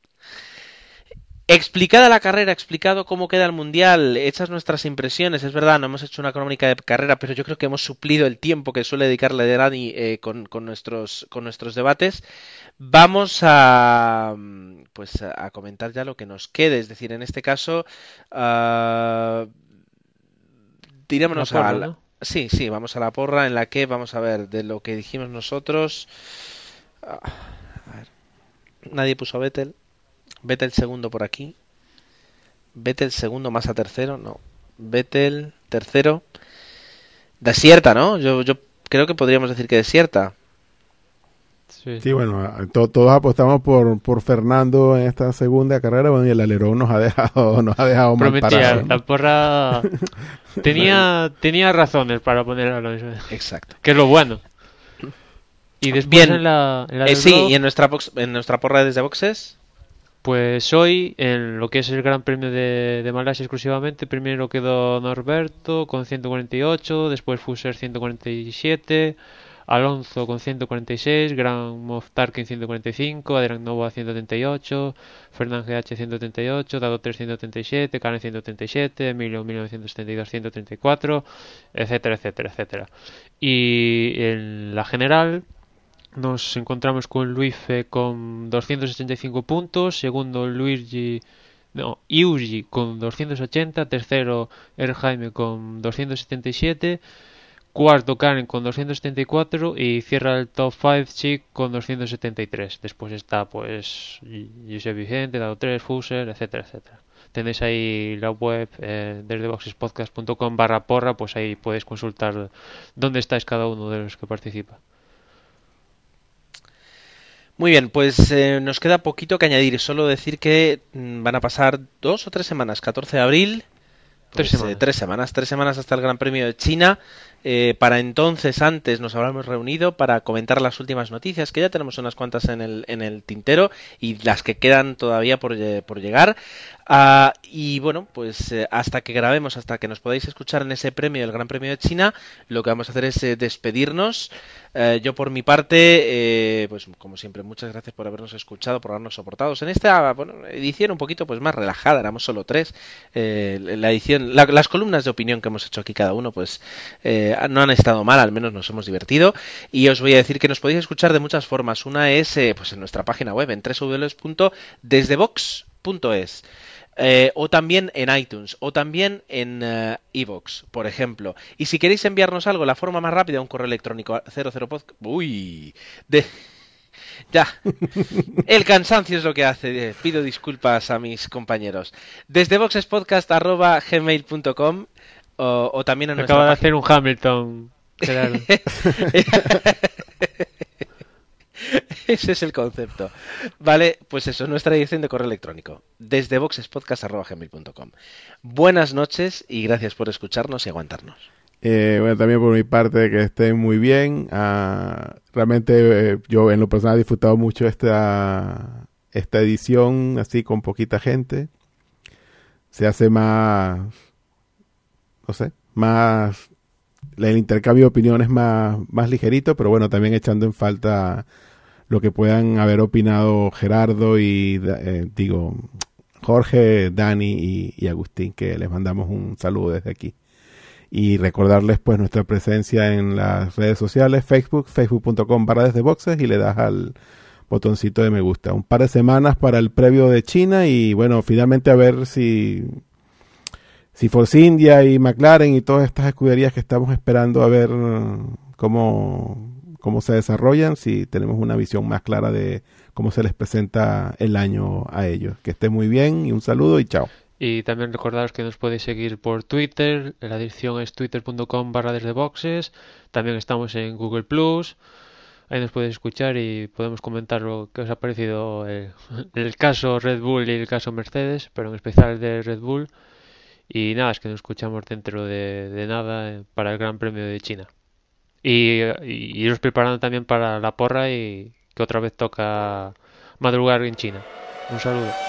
Explicada la carrera, explicado cómo queda el Mundial, hechas nuestras impresiones. Es verdad, no hemos hecho una crónica de carrera, pero yo creo que hemos suplido el tiempo que suele dedicarle de Dani eh, con, con, nuestros, con nuestros debates. Vamos a, pues, a comentar ya lo que nos quede. Es decir, en este caso, uh, tirémonos La porra, a la... ¿no? Sí, sí, vamos a la porra, en la que vamos a ver de lo que dijimos nosotros. Uh, a ver. Nadie puso a Vettel. Vettel segundo por aquí. Vettel segundo, Massa tercero. No. Vettel tercero. Desierta, ¿no? Yo, yo creo que podríamos decir que desierta. Sí, Sí, bueno, to- todos apostamos por, por Fernando en esta segunda carrera, bueno, y el alerón nos ha dejado, nos ha dejado mal prometía, parados, ¿no? la porra tenía, tenía razones para poner a Alonso, Exacto. que es lo bueno. Y después Bien. en la, en la Eh, del sí, blog, y en nuestra, box, en nuestra porra desde boxes. pues hoy, en lo que es el Gran Premio de, de Malasia exclusivamente, primero quedó Norberto con ciento cuarenta y ocho, después Fuser ciento cuarenta y siete, Alonso con ciento cuarenta y seis, Gran Moff Tarkin ciento cuarenta y cinco, Adrian Nova ciento treinta y ocho, Fernán G H ciento treinta y ocho, Dado tres ciento treinta y siete, Karen ciento treinta y siete, Emilio mil novecientos setenta y dos ciento treinta y cuatro, etcétera, etcétera, etcétera. Y en la general nos encontramos con Luife con doscientos ochenta y cinco puntos, segundo Luigi No, Yuji con doscientos ochenta, tercero Er Jaime con doscientos setenta y siete, cuarto Karen con doscientos setenta y cuatro y cierra el top cinco Chic con doscientos setenta y tres. Después está pues José Vicente, Dado tres, Fuser, etcétera, etcétera. Tenéis ahí la web eh, desde boxespodcast punto com barra porra, pues ahí podéis consultar dónde estáis cada uno de los que participa. Muy bien, pues eh, nos queda poquito que añadir. Solo decir que mm, van a pasar dos o tres semanas, catorce de abril. Pues, Tres semanas. Eh, tres semanas, tres semanas hasta el Gran Premio de China. Eh, para entonces, antes nos habremos reunido para comentar las últimas noticias, que ya tenemos unas cuantas en el, en el tintero y las que quedan todavía por, por llegar. Uh, y bueno, pues eh, hasta que grabemos, hasta que nos podáis escuchar en ese premio del Gran Premio de China, lo que vamos a hacer es eh, despedirnos. Eh, yo por mi parte, eh, pues como siempre, muchas gracias por habernos escuchado, por habernos soportado en esta bueno, edición un poquito pues más relajada, éramos solo tres. Eh, la edición, la, las columnas de opinión que hemos hecho aquí cada uno, pues eh, no han estado mal, al menos nos hemos divertido. Y os voy a decir que nos podéis escuchar de muchas formas. Una es eh, pues en nuestra página web en doble u doble u doble u punto desdebox punto es. Eh, o también en iTunes, o también en iVoox, uh, por ejemplo. Y si queréis enviarnos algo, la forma más rápida, un correo electrónico cero cero podcast. Uy, de... ya. El cansancio es lo que hace. Pido disculpas a mis compañeros. Desde boxespodcast arroba gmail punto com o, o también en nuestra Acaba de página... hacer un Hamilton. Claro. Ese es el concepto. Vale, pues eso, nuestra dirección de correo electrónico, desde boxespodcast arroba gmail punto com. Buenas noches y gracias por escucharnos y aguantarnos. Eh, bueno, también por mi parte, que estén muy bien. Uh, realmente eh, yo en lo personal he disfrutado mucho esta, esta edición, así con poquita gente. Se hace más, no sé, más... el intercambio de opiniones más, más ligerito, pero bueno, también echando en falta lo que puedan haber opinado Gerardo y, eh, digo, Jorge, Dani y, y Agustín, que les mandamos un saludo desde aquí. Y recordarles pues nuestra presencia en las redes sociales, Facebook, facebook punto com barra desde boxes, y le das al botoncito de me gusta. Un par de semanas para el previo de China y bueno, finalmente a ver si... Si Force India y McLaren y todas estas escuderías que estamos esperando a ver cómo, cómo se desarrollan, si tenemos una visión más clara de cómo se les presenta el año a ellos. Que estén muy bien y un saludo y chao. Y también recordaros que nos podéis seguir por Twitter, la dirección es twitter punto com barra desde boxes, también estamos en Google Plus, ahí nos podéis escuchar y podemos comentar lo que os ha parecido el, el caso Red Bull y el caso Mercedes, pero en especial el de Red Bull. Y nada, es que nos escuchamos dentro de, de nada para el Gran Premio de China. Y, y iros preparando también para la porra y que otra vez toca madrugar en China. Un saludo.